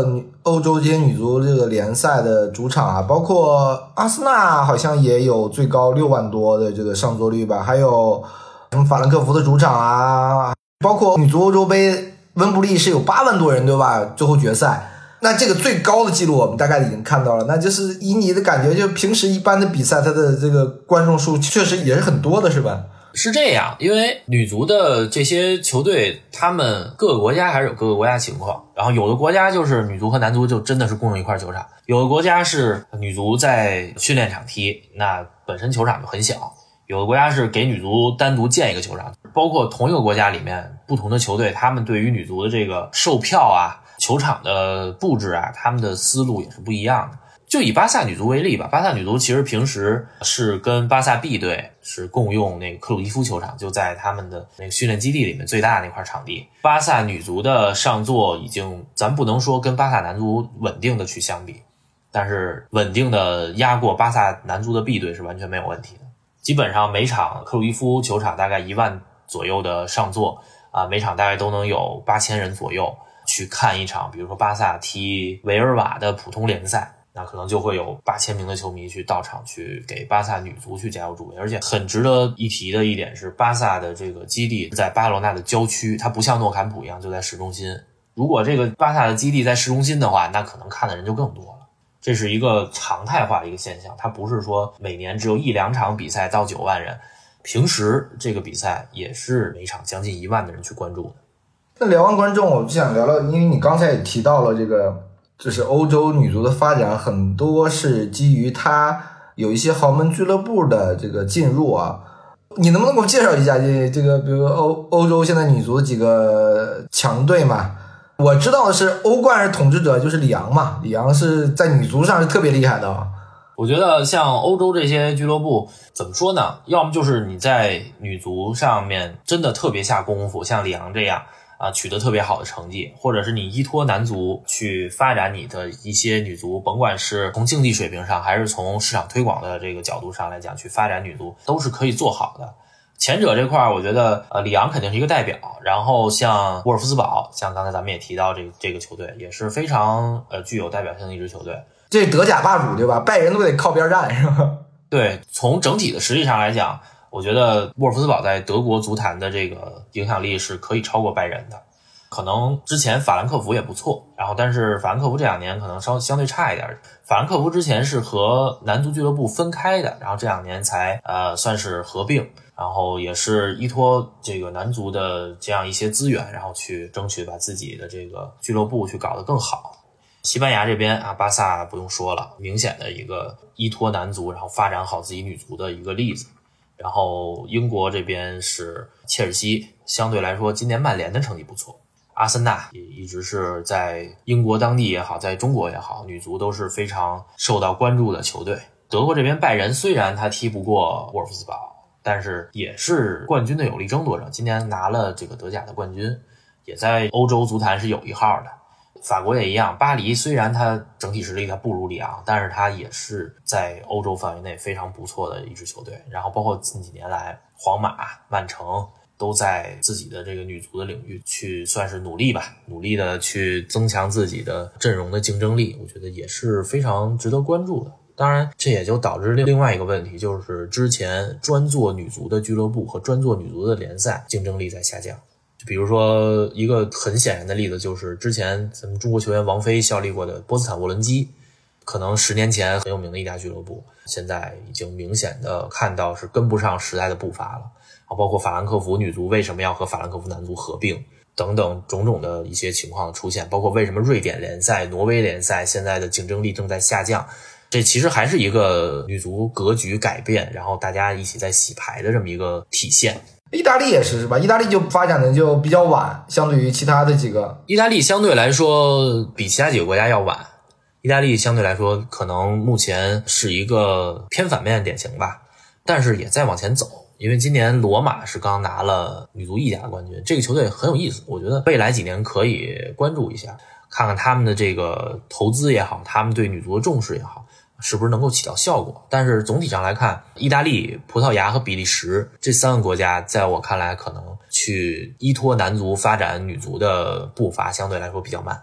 欧洲这些女足这个联赛的主场啊，包括阿森纳好像也有最高六万多的这个上座率吧，还有什么法兰克福的主场啊，包括女足欧洲杯温布利是有八万多人对吧？最后决赛，那这个最高的记录我们大概已经看到了，那就是以你的感觉，就平时一般的比赛它的这个观众数确实也是很多的是吧？ 是这样，因为女足的这些球队，他们各个国家还是有各个国家情况。然后有的国家就是女足和男足就真的是共用一块球场，有的国家是女足在训练场踢，那本身球场就很小；有的国家是给女足单独建一个球场。包括同一个国家里面不同的球队，他们对于女足的这个售票啊、球场的布置啊，他们的思路也是不一样的。就以巴萨女足为例吧，巴萨女足其实平时是跟巴萨 B 队是共用那个克鲁伊夫球场，就在他们的那个训练基地里面最大的那块场地。巴萨女足的上座已经，咱不能说跟巴萨男足稳定的去相比，但是稳定的压过巴萨男足的 B 队是完全没有问题的。基本上每场克鲁伊夫球场大概一万左右的上座啊，每场大概都能有八千人左右去看一场，比如说巴萨踢维尔瓦的普通联赛。那可能就会有八千名的球迷去到场去给巴萨女足去加油助威。而且很值得一提的一点是，巴萨的这个基地在巴塞罗那的郊区，它不像诺坎普一样就在市中心。如果这个巴萨的基地在市中心的话，那可能看的人就更多了。这是一个常态化的一个现象，它不是说每年只有一两场比赛到九万人，平时这个比赛也是每场将近一万的人去关注的。 那聊完观众，我就想聊聊，因为你刚才也提到了这个就是欧洲女足的发展很多是基于它有一些豪门俱乐部的这个进入啊，你能不能给我介绍一下这这个比如欧欧洲现在女足几个强队嘛？我知道的是欧冠是统治者就是里昂嘛，里昂是在女足上是特别厉害的啊。 我觉得像欧洲这些俱乐部怎么说呢，要么就是你在女足上面真的特别下功夫，像里昂这样啊，取得特别好的成绩，或者是你依托男足去发展你的一些女足，甭管是从竞技水平上还是从市场推广的这个角度上来讲，去发展女足都是可以做好的。前者这块我觉得呃，里昂肯定是一个代表，然后像沃尔夫斯堡，像刚才咱们也提到这这个球队也是非常呃具有代表性的一支球队。 这德甲霸主对吧？拜仁都得靠边站是吧？ 对，从整体的实力上来讲，我觉得沃尔夫斯堡在德国足坛的这个影响力是可以超过拜仁的。可能之前法兰克福也不错，然后但是法兰克福这两年可能稍相对差一点。法兰克福之前是和男足俱乐部分开的，然后这两年才呃算是合并，然后也是依托这个男足的这样一些资源，然后去争取把自己的这个俱乐部去搞得更好。西班牙这边啊，巴萨不用说了，明显的一个依托男足然后发展好自己女足的一个例子。然后英国这边是切尔西，相对来说今年曼联的成绩不错，阿森纳也一直是在英国当地也好，在中国也好，女足都是非常受到关注的球队。德国这边拜仁虽然他踢不过沃尔夫斯堡，但是也是冠军的有力争夺者，今年拿了这个德甲的冠军，也在欧洲足坛是有一号的。法国也一样，巴黎虽然它整体实力它不如里昂，但是它也是在欧洲范围内非常不错的一支球队。然后包括近几年来，皇马、曼城都在自己的这个女足的领域去算是努力吧，努力的去增强自己的阵容的竞争力，我觉得也是非常值得关注的。当然这也就导致另外一个问题，就是之前专做女足的俱乐部和专做女足的联赛竞争力在下降。就比如说一个很显然的例子，就是之前咱们中国球员王菲效力过的波茨坦沃伦基，可能十年前很有名的一家俱乐部，现在已经明显的看到是跟不上时代的步伐了。包括法兰克福女足为什么要和法兰克福男足合并等等种种的一些情况的出现，包括为什么瑞典联赛、挪威联赛现在的竞争力正在下降，这其实还是一个女足格局改变，然后大家一起在洗牌的这么一个体现。 意大利也是是吧？意大利就发展的就比较晚，相对于其他的几个。 意大利相对来说比其他几个国家要晚，意大利相对来说可能目前是一个偏反面的典型吧，但是也在往前走。因为今年罗马是刚拿了女足意甲的冠军，这个球队很有意思，我觉得未来几年可以关注一下，看看他们的这个投资也好，他们对女足的重视也好，是不是能够起到效果。但是总体上来看，意大利、葡萄牙和比利时这三个国家在我看来可能去依托男足发展女足的步伐相对来说比较慢。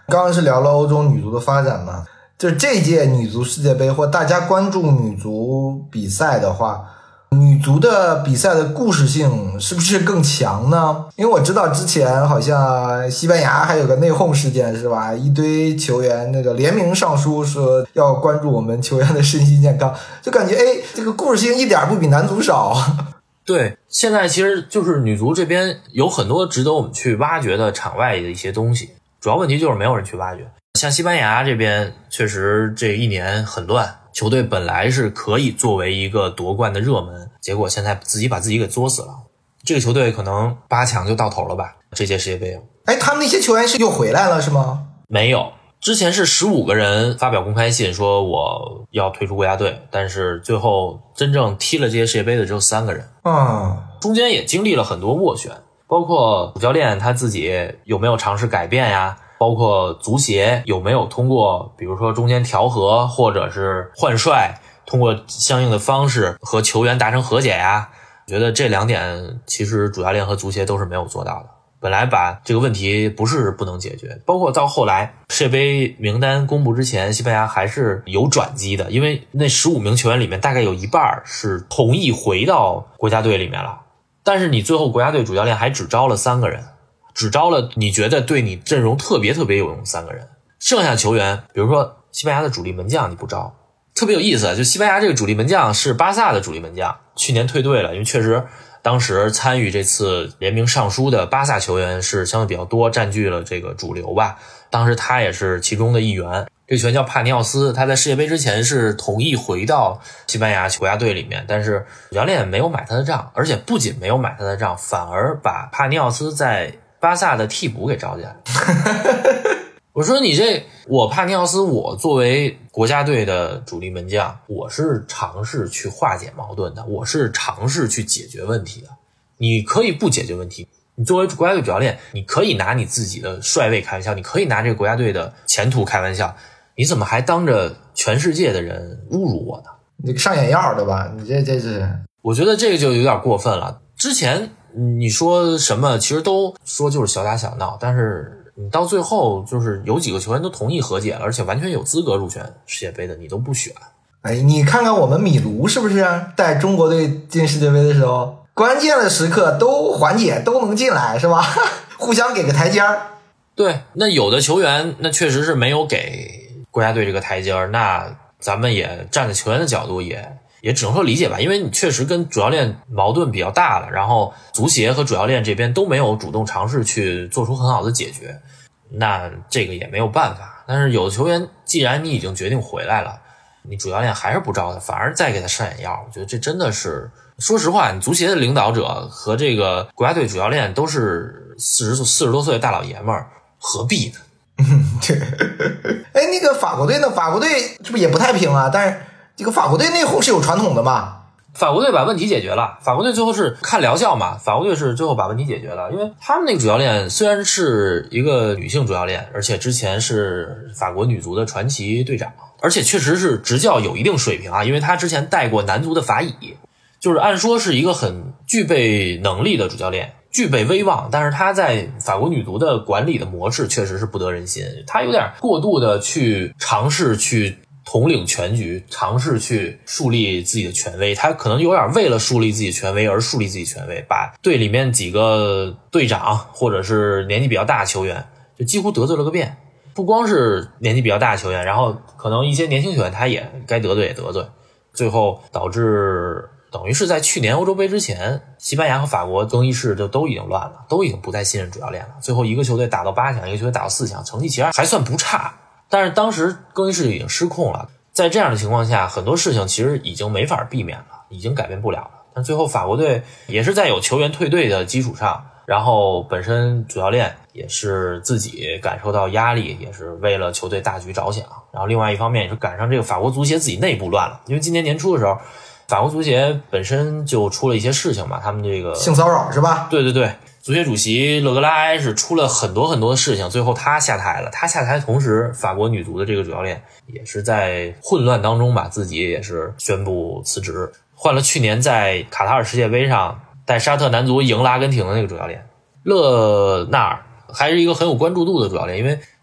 刚刚是聊了欧洲女足的发展嘛，就是这届女足世界杯或大家关注女足比赛的话，女足的比赛的故事性是不是更强呢？因为我知道之前好像西班牙还有个内讧事件是吧，一堆球员那个联名上书说要关注我们球员的身心健康，就感觉哎，这个故事性一点不比男足少。 对，现在其实就是女足这边有很多值得我们去挖掘的场外的一些东西，主要问题就是没有人去挖掘。像西班牙这边确实这一年很乱，球队本来是可以作为一个夺冠的热门，结果现在自己把自己给作死了。这个球队可能八强就到头了吧，这届世界杯。 哎，他们那些球员是又回来了是吗？ 没有，之前是十五个人发表公开信说我要退出国家队，但是最后真正踢了这届世界杯的只有三个人。 嗯， 中间也经历了很多斡旋，包括主教练他自己有没有尝试改变呀，包括足协有没有通过比如说中间调和或者是换帅，通过相应的方式和球员达成和解呀。我觉得这两点其实主教练和足协都是没有做到的。本来把这个问题不是不能解决，包括到后来世界杯名单公布之前，西班牙还是有转机的，因为那十五名球员里面大概有一半是同意回到国家队里面了，但是你最后国家队主教练还只招了三个人，只招了你觉得对你阵容特别特别有用三个人，剩下球员比如说西班牙的主力门将你不招，特别有意思。就西班牙这个主力门将是巴萨的主力门将，去年退队了，因为确实当时参与这次联名上书的巴萨球员是相对比较多，占据了这个主流吧。当时他也是其中的一员。这个球员叫帕尼奥斯，他在世界杯之前是同意回到西班牙国家队里面，但是主教练没有买他的账，而且不仅没有买他的账，反而把帕尼奥斯在巴萨的替补给招进来了。我说你这，我帕尼奥斯，我作为国家队的主力门将，我是尝试去化解矛盾的，我是尝试去解决问题的。你可以不解决问题，你作为国家队主教练，你可以拿你自己的帅位开玩笑，你可以拿这个国家队的前途开玩笑，你怎么还当着全世界的人侮辱我呢？ 你上眼药对吧？你这这是， 我觉得这个就有点过分了。之前你说什么，其实都说就是小打小闹，但是你到最后就是有几个球员都同意和解了，而且完全有资格入选世界杯的，你都不选。 哎，你看看我们米卢是不是带中国队进世界杯的时候，关键的时刻都缓解，都能进来是吧？互相给个台阶儿。 对，那有的球员那确实是没有给国家队这个台阶儿，那咱们也站在球员的角度也也只能说理解吧，因为你确实跟主教练矛盾比较大了，然后足协和主教练这边都没有主动尝试去做出很好的解决，那这个也没有办法。但是有的球员既然你已经决定回来了，你主教练还是不招他，反而再给他上眼药，我觉得这真的是，说实话，你足协的领导者和这个国家队主教练都是四十岁四十多岁的大老爷们儿，何必呢？ 对，哎，那个法国队呢？法国队是不是也不太平啊？但是这个法国队内讧是有传统的嘛？ 法国队把问题解决了，法国队最后是看疗效嘛，法国队是最后把问题解决了，因为他们那个主教练虽然是一个女性主教练，而且之前是法国女足的传奇队长，而且确实是执教有一定水平啊，因为他之前带过男足的法乙，就是按说是一个很具备能力的主教练，具备威望，但是他在法国女足的管理的模式确实是不得人心，他有点过度的去尝试去统领全局，尝试去树立自己的权威，他可能有点为了树立自己权威而树立自己权威，把队里面几个队长或者是年纪比较大的球员就几乎得罪了个遍，不光是年纪比较大的球员，然后可能一些年轻球员他也该得罪也得罪，最后导致等于是在去年欧洲杯之前，西班牙和法国更衣室就都已经乱了，都已经不再信任主教练了，最后一个球队打到八强，一个球队打到四强，成绩其实还算不差，但是当时更衣室已经失控了，在这样的情况下，很多事情其实已经没法避免了，已经改变不了了。但最后法国队也是在有球员退队的基础上，然后本身主教练也是自己感受到压力，也是为了球队大局着想，然后另外一方面也是赶上这个法国足协自己内部乱了，因为今年年初的时候法国足协本身就出了一些事情嘛，他们这个性骚扰是吧？ 对对对，足协主席勒格拉埃是出了很多很多的事情，最后他下台了。他下台的同时，法国女足的这个主教练也是在混乱当中吧，自己也是宣布辞职，换了去年在卡塔尔世界杯上带沙特男足赢了阿根廷的那个主教练勒纳尔，还是一个很有关注度的主教练，因为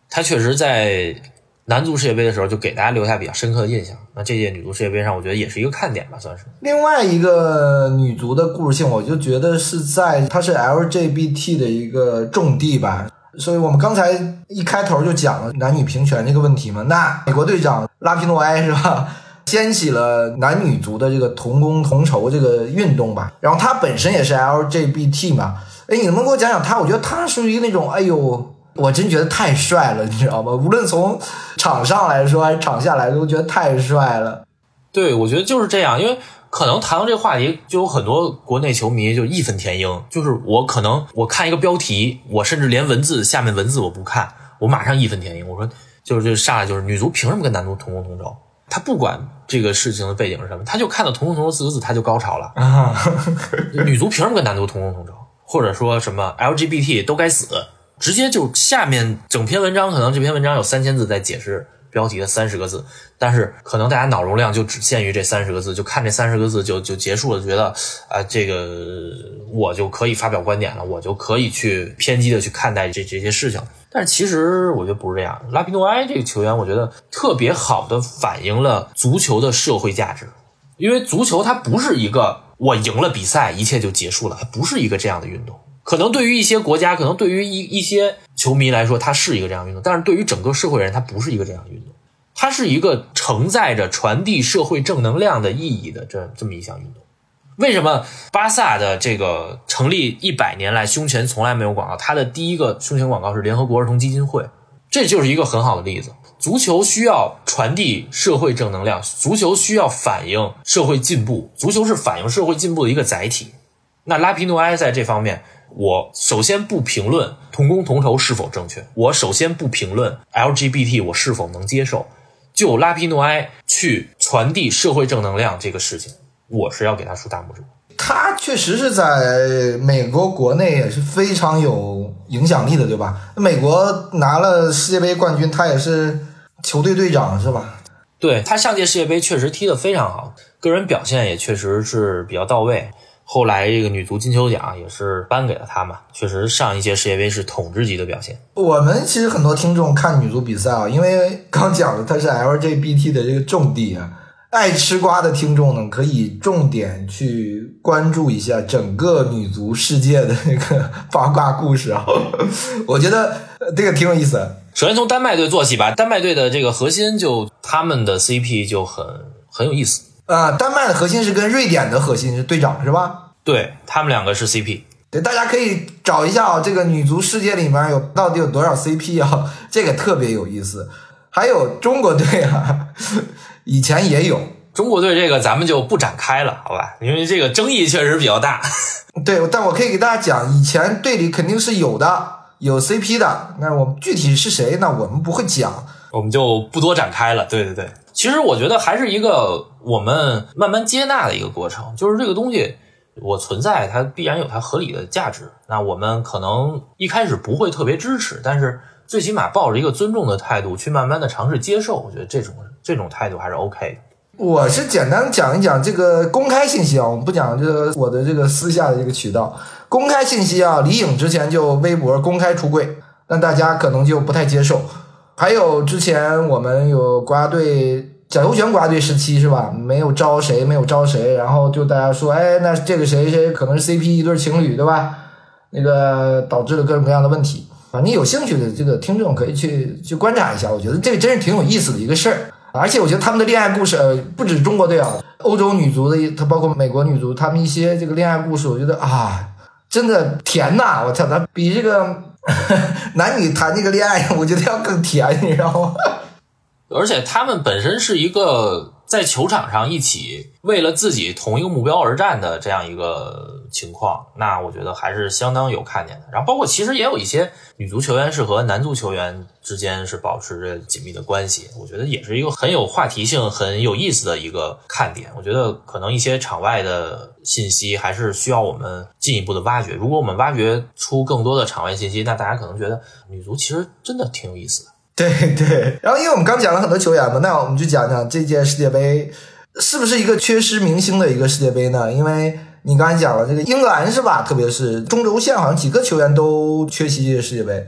他确实在男足世界杯的时候就给大家留下比较深刻的印象。那这届女足世界杯上，我觉得也是一个看点吧，算是。 另外一个女足的故事性，我就觉得是在它是 L G B T 的一个重地吧。所以我们刚才一开头就讲了男女平权这个问题嘛。那美国队长拉皮诺埃是吧，掀起了男女足的这个同工同酬这个运动吧。然后他本身也是 L G B T 嘛。哎，你能不能给我讲讲他？我觉得他属于那种，哎呦，我真觉得太帅了，你知道吗？无论从场上来说还是场下来说，都觉得太帅了。 对，我觉得就是这样，因为可能谈到这个话题，就有很多国内球迷就义愤填膺，就是我可能我看一个标题，我甚至连文字下面文字我不看，我马上义愤填膺，我说就是就上来就是女足凭什么跟男足同工同酬？他不管这个事情的背景是什么，他就看到同工同酬四个字他就高潮了。啊、女足凭什么跟男足同工同酬？或者说什么 L G B T 都该死，直接就下面整篇文章，可能这篇文章有三千字在解释标题的三十个字，但是可能大家脑容量就只限于这三十个字，就看这三十个字就就结束了，觉得啊、呃、这个我就可以发表观点了，我就可以去偏激的去看待这这些事情。但是其实我觉得不是这样，拉皮诺埃这个球员，我觉得特别好的反映了足球的社会价值，因为足球它不是一个我赢了比赛一切就结束了，它不是一个这样的运动。可能对于一些国家，可能对于一一些球迷来说它是一个这样的运动，但是对于整个社会人它不是一个这样的运动，它是一个承载着传递社会正能量的意义的这这么一项运动。为什么巴萨的这个成立一百年来胸前从来没有广告，它的第一个胸前广告是联合国儿童基金会，这就是一个很好的例子。足球需要传递社会正能量，足球需要反映社会进步，足球是反映社会进步的一个载体。那拉皮诺埃在这方面，我首先不评论同工同酬是否正确，我首先不评论 L G B T 我是否能接受，就拉皮诺埃去传递社会正能量这个事情，我是要给他竖大拇指。 他确实是在美国国内也是非常有影响力的，对吧？美国拿了世界杯冠军，他也是球队队长是吧？ 对，他上届世界杯确实踢得非常好，个人表现也确实是比较到位。后来这个女足金球奖也是颁给了他嘛，确实上一届世界杯是统治级的表现。 我们其实很多听众看女足比赛啊，因为刚讲了它是 L G B T 的这个重地啊，爱吃瓜的听众呢可以重点去关注一下整个女足世界的那个八卦故事啊，我觉得这个挺有意思的。 首先从丹麦队做起吧，丹麦队的这个核心就他们的 C P 就很很有意思。 啊、呃，丹麦的核心是跟瑞典的核心是队长是吧？ 对，他们两个是 C P。 对，大家可以找一下啊，这个女足世界里面有到底有多少 C P 啊？这个特别有意思。还有中国队啊，以前也有。 中国队这个咱们就不展开了，好吧？因为这个争议确实比较大。 对，但我可以给大家讲，以前队里肯定是有的，有 C P 的。那我们具体是谁呢？我们不会讲， 我们就不多展开了。对对对。其实我觉得还是一个我们慢慢接纳的一个过程，就是这个东西我存在它必然有它合理的价值，那我们可能一开始不会特别支持，但是最起码抱着一个尊重的态度去慢慢的尝试接受，我觉得这种这种态度还是 OK 的。 我是简单讲一讲这个公开信息啊，我们不讲这个我的这个私下的这个渠道。公开信息啊，李颖之前就微博公开出柜，但大家可能就不太接受。还有之前我们有国家队蒋优璇国家队时期是吧，没有招谁没有招谁，然后就大家说哎，那这个谁谁可能是 C P 一对情侣对吧，那个导致了各种各样的问题啊。你有兴趣的这个听众可以去去观察一下，我觉得这个真是挺有意思的一个事儿。而且我觉得他们的恋爱故事、呃、不止中国队啊，欧洲女足的它包括美国女足，他们一些这个恋爱故事我觉得啊真的甜呐，我操，它比这个男女谈这个恋爱我觉得要更甜，你知道吗？ 而且他们本身是一个在球场上一起为了自己同一个目标而战的这样一个情况，那我觉得还是相当有看点的。然后包括其实也有一些女足球员是和男足球员之间是保持着紧密的关系，我觉得也是一个很有话题性很有意思的一个看点。我觉得可能一些场外的信息还是需要我们进一步的挖掘，如果我们挖掘出更多的场外信息，那大家可能觉得女足其实真的挺有意思的。 对对，然后因为我们刚讲了很多球员嘛，那我们就讲讲这届世界杯是不是一个缺失明星的一个世界杯呢？因为你刚才讲了这个英格兰是吧，特别是中轴线好像几个球员都缺席这个世界杯。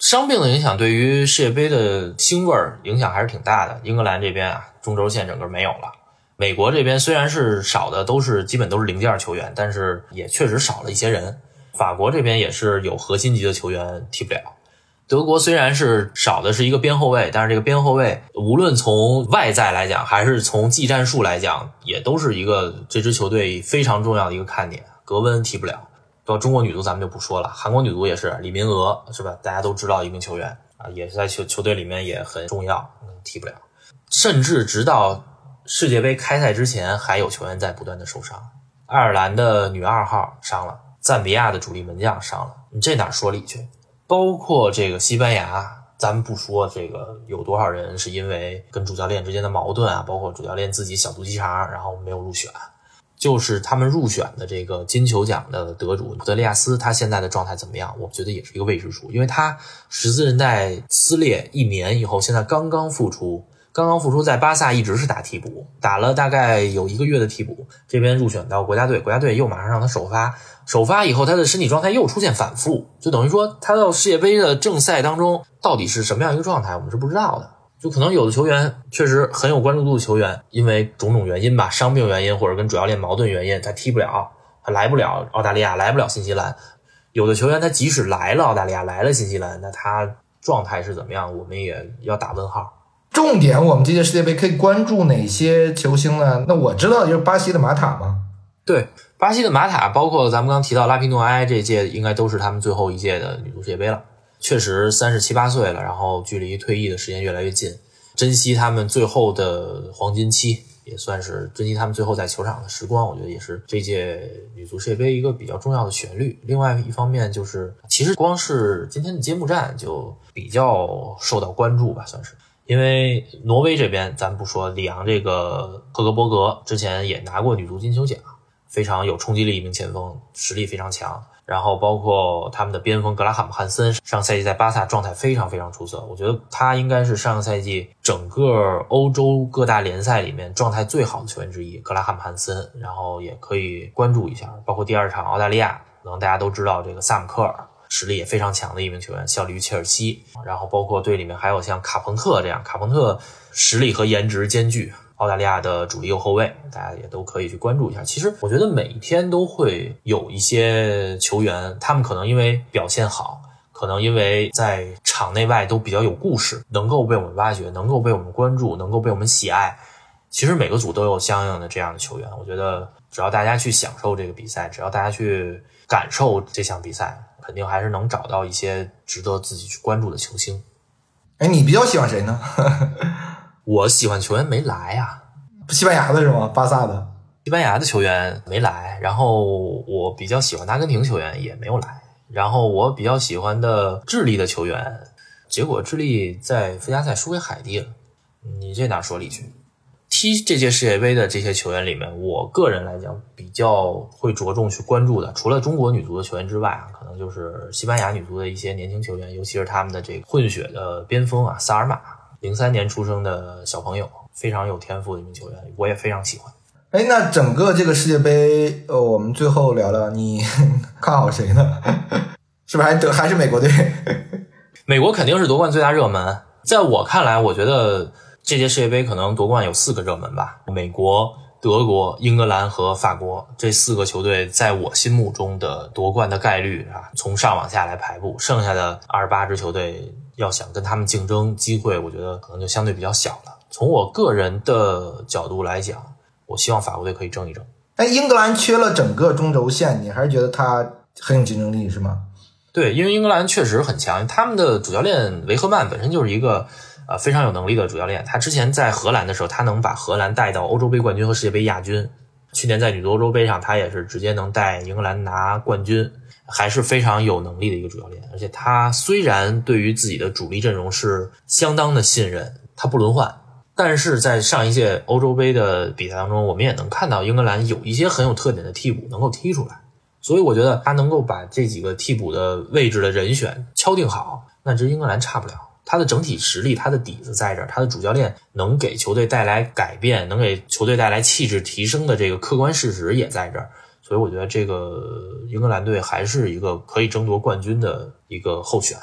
伤病的影响对于世界杯的腥味儿影响还是挺大的。英格兰这边啊，中轴线整个没有了。美国这边虽然是少的都是基本都是零件球员，但是也确实少了一些人。法国这边也是有核心级的球员踢不了。德国虽然是少的是一个边后卫，但是这个边后卫无论从外在来讲还是从技战术来讲，也都是一个这支球队非常重要的一个看点。格温踢不了，到中国女足咱们就不说了，韩国女足也是李民娥是吧？大家都知道一名球员啊，也是在球球队里面也很重要，踢不了。甚至直到世界杯开赛之前，还有球员在不断的受伤。爱尔兰的女二号伤了，赞比亚的主力门将伤了，你这哪说理去？包括这个西班牙，咱们不说这个有多少人是因为跟主教练之间的矛盾啊，包括主教练自己小肚鸡肠，然后没有入选。就是他们入选的这个金球奖的得主德利亚斯，他现在的状态怎么样？我觉得也是一个未知数，因为他十字韧带撕裂一年以后，现在刚刚复出。刚刚复出，在巴萨一直是打替补，打了大概有一个月的替补，这边入选到国家队，国家队又马上让他首发，首发以后他的身体状态又出现反复，就等于说他到世界杯的正赛当中到底是什么样一个状态，我们是不知道的。就可能有的球员确实很有关注度的球员，因为种种原因吧，伤病原因或者跟主教练矛盾原因，他踢不了，他来不了澳大利亚，来不了新西兰。有的球员他即使来了澳大利亚，来了新西兰，那他状态是怎么样，我们也要打问号。 重点我们这届世界杯可以关注哪些球星呢？那我知道就是巴西的马塔嘛。 对，巴西的马塔，包括咱们刚提到拉皮诺埃，这届应该都是他们最后一届的女足世界杯了。确实三十七八岁了，然后距离退役的时间越来越近，珍惜他们最后的黄金期，也算是珍惜他们最后在球场的时光，我觉得也是这届女足世界杯一个比较重要的旋律。另外一方面就是，其实光是今天的揭幕战就比较受到关注吧，算是。因为挪威这边咱不说，里昂这个赫格伯格之前也拿过女足金球奖，非常有冲击力一名前锋，实力非常强。然后包括他们的边锋格拉汉姆汉森，上赛季在巴萨状态非常非常出色，我觉得他应该是上个赛季整个欧洲各大联赛里面状态最好的球员之一，格拉汉姆汉森。然后也可以关注一下，包括第二场澳大利亚，可能大家都知道这个萨姆科尔实力也非常强的一名球员，效力于切尔西。然后包括队里面还有像卡彭特这样，卡彭特实力和颜值兼具，澳大利亚的主力右后卫，大家也都可以去关注一下。其实我觉得每天都会有一些球员，他们可能因为表现好，可能因为在场内外都比较有故事，能够被我们挖掘，能够被我们关注，能够被我们喜爱。其实每个组都有相应的这样的球员，我觉得只要大家去享受这个比赛，只要大家去感受这项比赛，肯定还是能找到一些值得自己去关注的球星。 哎，你比较喜欢谁呢？ 我喜欢球员没来啊。 西班牙的是吗？巴萨的？ 西班牙的球员没来，然后我比较喜欢阿根廷球员也没有来，然后我比较喜欢的智利的球员，结果智利在附加赛输给海地了，你这哪说理去？踢这届世界杯的这些球员里面，我个人来讲比较会着重去关注的，除了中国女足的球员之外啊，可能就是西班牙女足的一些年轻球员，尤其是他们的这个混血的边锋啊，萨尔马，零三年出生的小朋友，非常有天赋的一名球员，我也非常喜欢。 哎，那整个这个世界杯，呃，我们最后聊聊，你看好谁呢？是不是还得还是美国队？ 美国肯定是夺冠最大热门，在我看来，我觉得这届世界杯可能夺冠有四个热门吧，美国、德国、英格兰和法国这四个球队在我心目中的夺冠的概率啊，从上往下来排布，剩下的二十八支球队要想跟他们竞争机会，我觉得可能就相对比较小了。从我个人的角度来讲，我希望法国队可以争一争。 哎，英格兰缺了整个中轴线，你还是觉得他很有竞争力是吗？ 对，因为英格兰确实很强，他们的主教练维赫曼本身就是一个呃非常有能力的主教练，他之前在荷兰的时候，他能把荷兰带到欧洲杯冠军和世界杯亚军，去年在女足欧洲杯上他也是直接能带英格兰拿冠军，还是非常有能力的一个主教练。而且他虽然对于自己的主力阵容是相当的信任，他不轮换，但是在上一届欧洲杯的比赛当中，我们也能看到英格兰有一些很有特点的替补能够踢出来，所以我觉得他能够把这几个替补的位置的人选敲定好，那支英格兰差不了。他的整体实力，他的底子在这儿，他的主教练能给球队带来改变，能给球队带来气质提升的这个客观事实也在这儿，所以我觉得这个英格兰队还是一个可以争夺冠军的一个候选。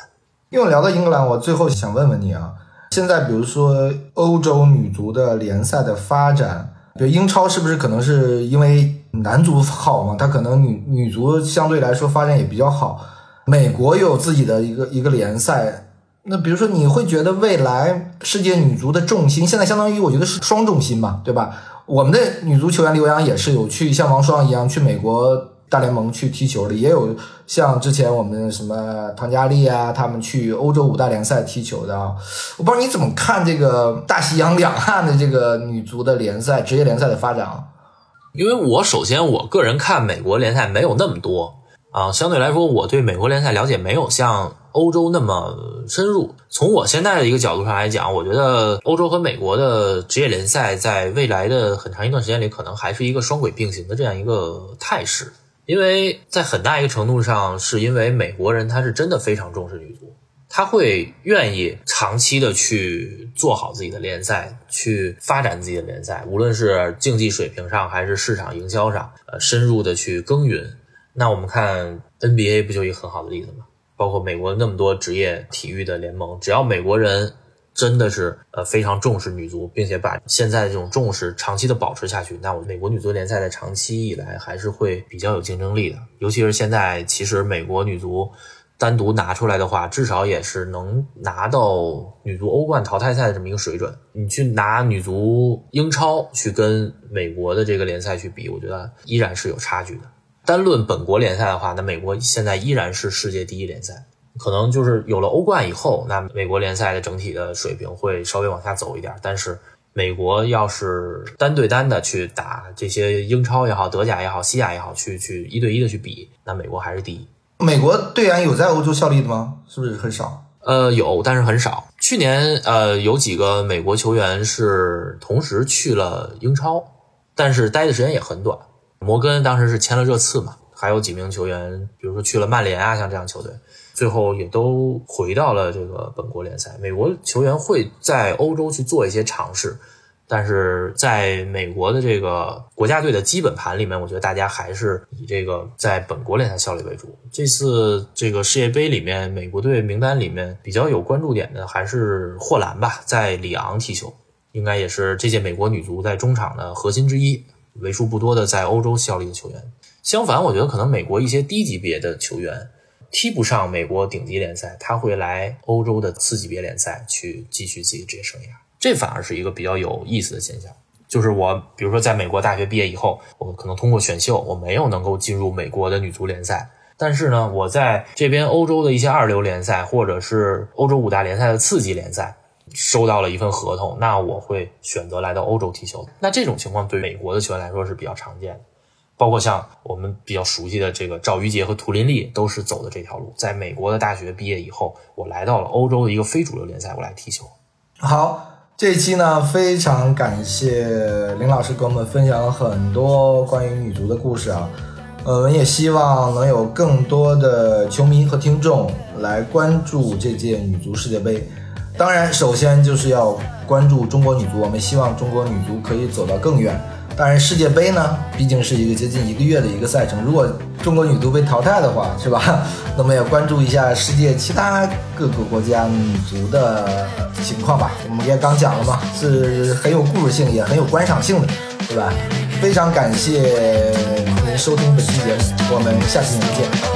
因为我聊到英格兰，我最后想问问你啊，现在比如说欧洲女足的联赛的发展，比如英超是不是可能是因为男足好嘛，它可能女女足相对来说发展也比较好，美国有自己的一个一个联赛，那比如说你会觉得未来世界女足的重心现在相当于我觉得是双重心嘛，对吧？我们的女足球员刘洋也是有去像王霜一样去美国大联盟去踢球的，也有像之前我们什么唐佳丽啊他们去欧洲五大联赛踢球的啊。我不知道你怎么看这个大西洋两岸的这个女足的联赛职业联赛的发展啊？ 因为我首先我个人看美国联赛没有那么多啊，相对来说我对美国联赛了解没有像欧洲那么深入。从我现在的一个角度上来讲，我觉得欧洲和美国的职业联赛在未来的很长一段时间里可能还是一个双轨并行的这样一个态势。因为在很大一个程度上是因为美国人他是真的非常重视女足，他会愿意长期的去做好自己的联赛，去发展自己的联赛，无论是竞技水平上还是市场营销上，呃，深入的去耕耘。那我们看 N B A 不就一个很好的例子吗？包括美国那么多职业体育的联盟，只要美国人真的是呃非常重视女足，并且把现在的这种重视长期的保持下去，那我美国女足联赛在长期以来还是会比较有竞争力的。尤其是现在其实美国女足单独拿出来的话，至少也是能拿到女足欧冠淘汰赛的这么一个水准。你去拿女足英超去跟美国的这个联赛去比，我觉得依然是有差距的。单论本国联赛的话，那美国现在依然是世界第一联赛。可能就是有了欧冠以后，那美国联赛的整体的水平会稍微往下走一点，但是美国要是单对单的去打这些英超也好、德甲也好、西甲也好，去去一对一的去比，那美国还是第一。 美国队员有在欧洲效力的吗？是不是很少？ 呃，有，但是很少。去年呃有几个美国球员是同时去了英超，但是待的时间也很短。摩根当时是签了热刺嘛，还有几名球员，比如说去了曼联啊，像这样球队。最后也都回到了这个本国联赛。美国球员会在欧洲去做一些尝试，但是在美国的这个国家队的基本盘里面，我觉得大家还是以这个在本国联赛效力为主。这次这个世界杯里面，美国队名单里面比较有关注点的还是霍兰吧，在里昂踢球，应该也是这届美国女足在中场的核心之一，为数不多的在欧洲效力的球员。相反，我觉得可能美国一些低级别的球员踢不上美国顶级联赛，他会来欧洲的次级别联赛去继续自己职业生涯，这反而是一个比较有意思的现象。就是我比如说在美国大学毕业以后，我可能通过选秀我没有能够进入美国的女足联赛，但是呢我在这边欧洲的一些二流联赛或者是欧洲五大联赛的次级联赛收到了一份合同，那我会选择来到欧洲踢球。那这种情况对美国的球员来说是比较常见的，包括像我们比较熟悉的这个赵瑜杰和涂林丽都是走的这条路。在美国的大学毕业以后，我来到了欧洲的一个非主流联赛，我来踢球。 好，这一期呢非常感谢林老师给我们分享了很多关于女足的故事啊。我们也希望能有更多的球迷和听众来关注这届女足世界杯。当然首先就是要关注中国女足，我们希望中国女足可以走到更远。当然世界杯呢毕竟是一个接近一个月的一个赛程，如果中国女足被淘汰的话，是吧，那么也关注一下世界其他各个国家女足的情况吧。我们也刚讲了嘛，是很有故事性也很有观赏性的，对吧？非常感谢您收听本期节目，我们下期节目见。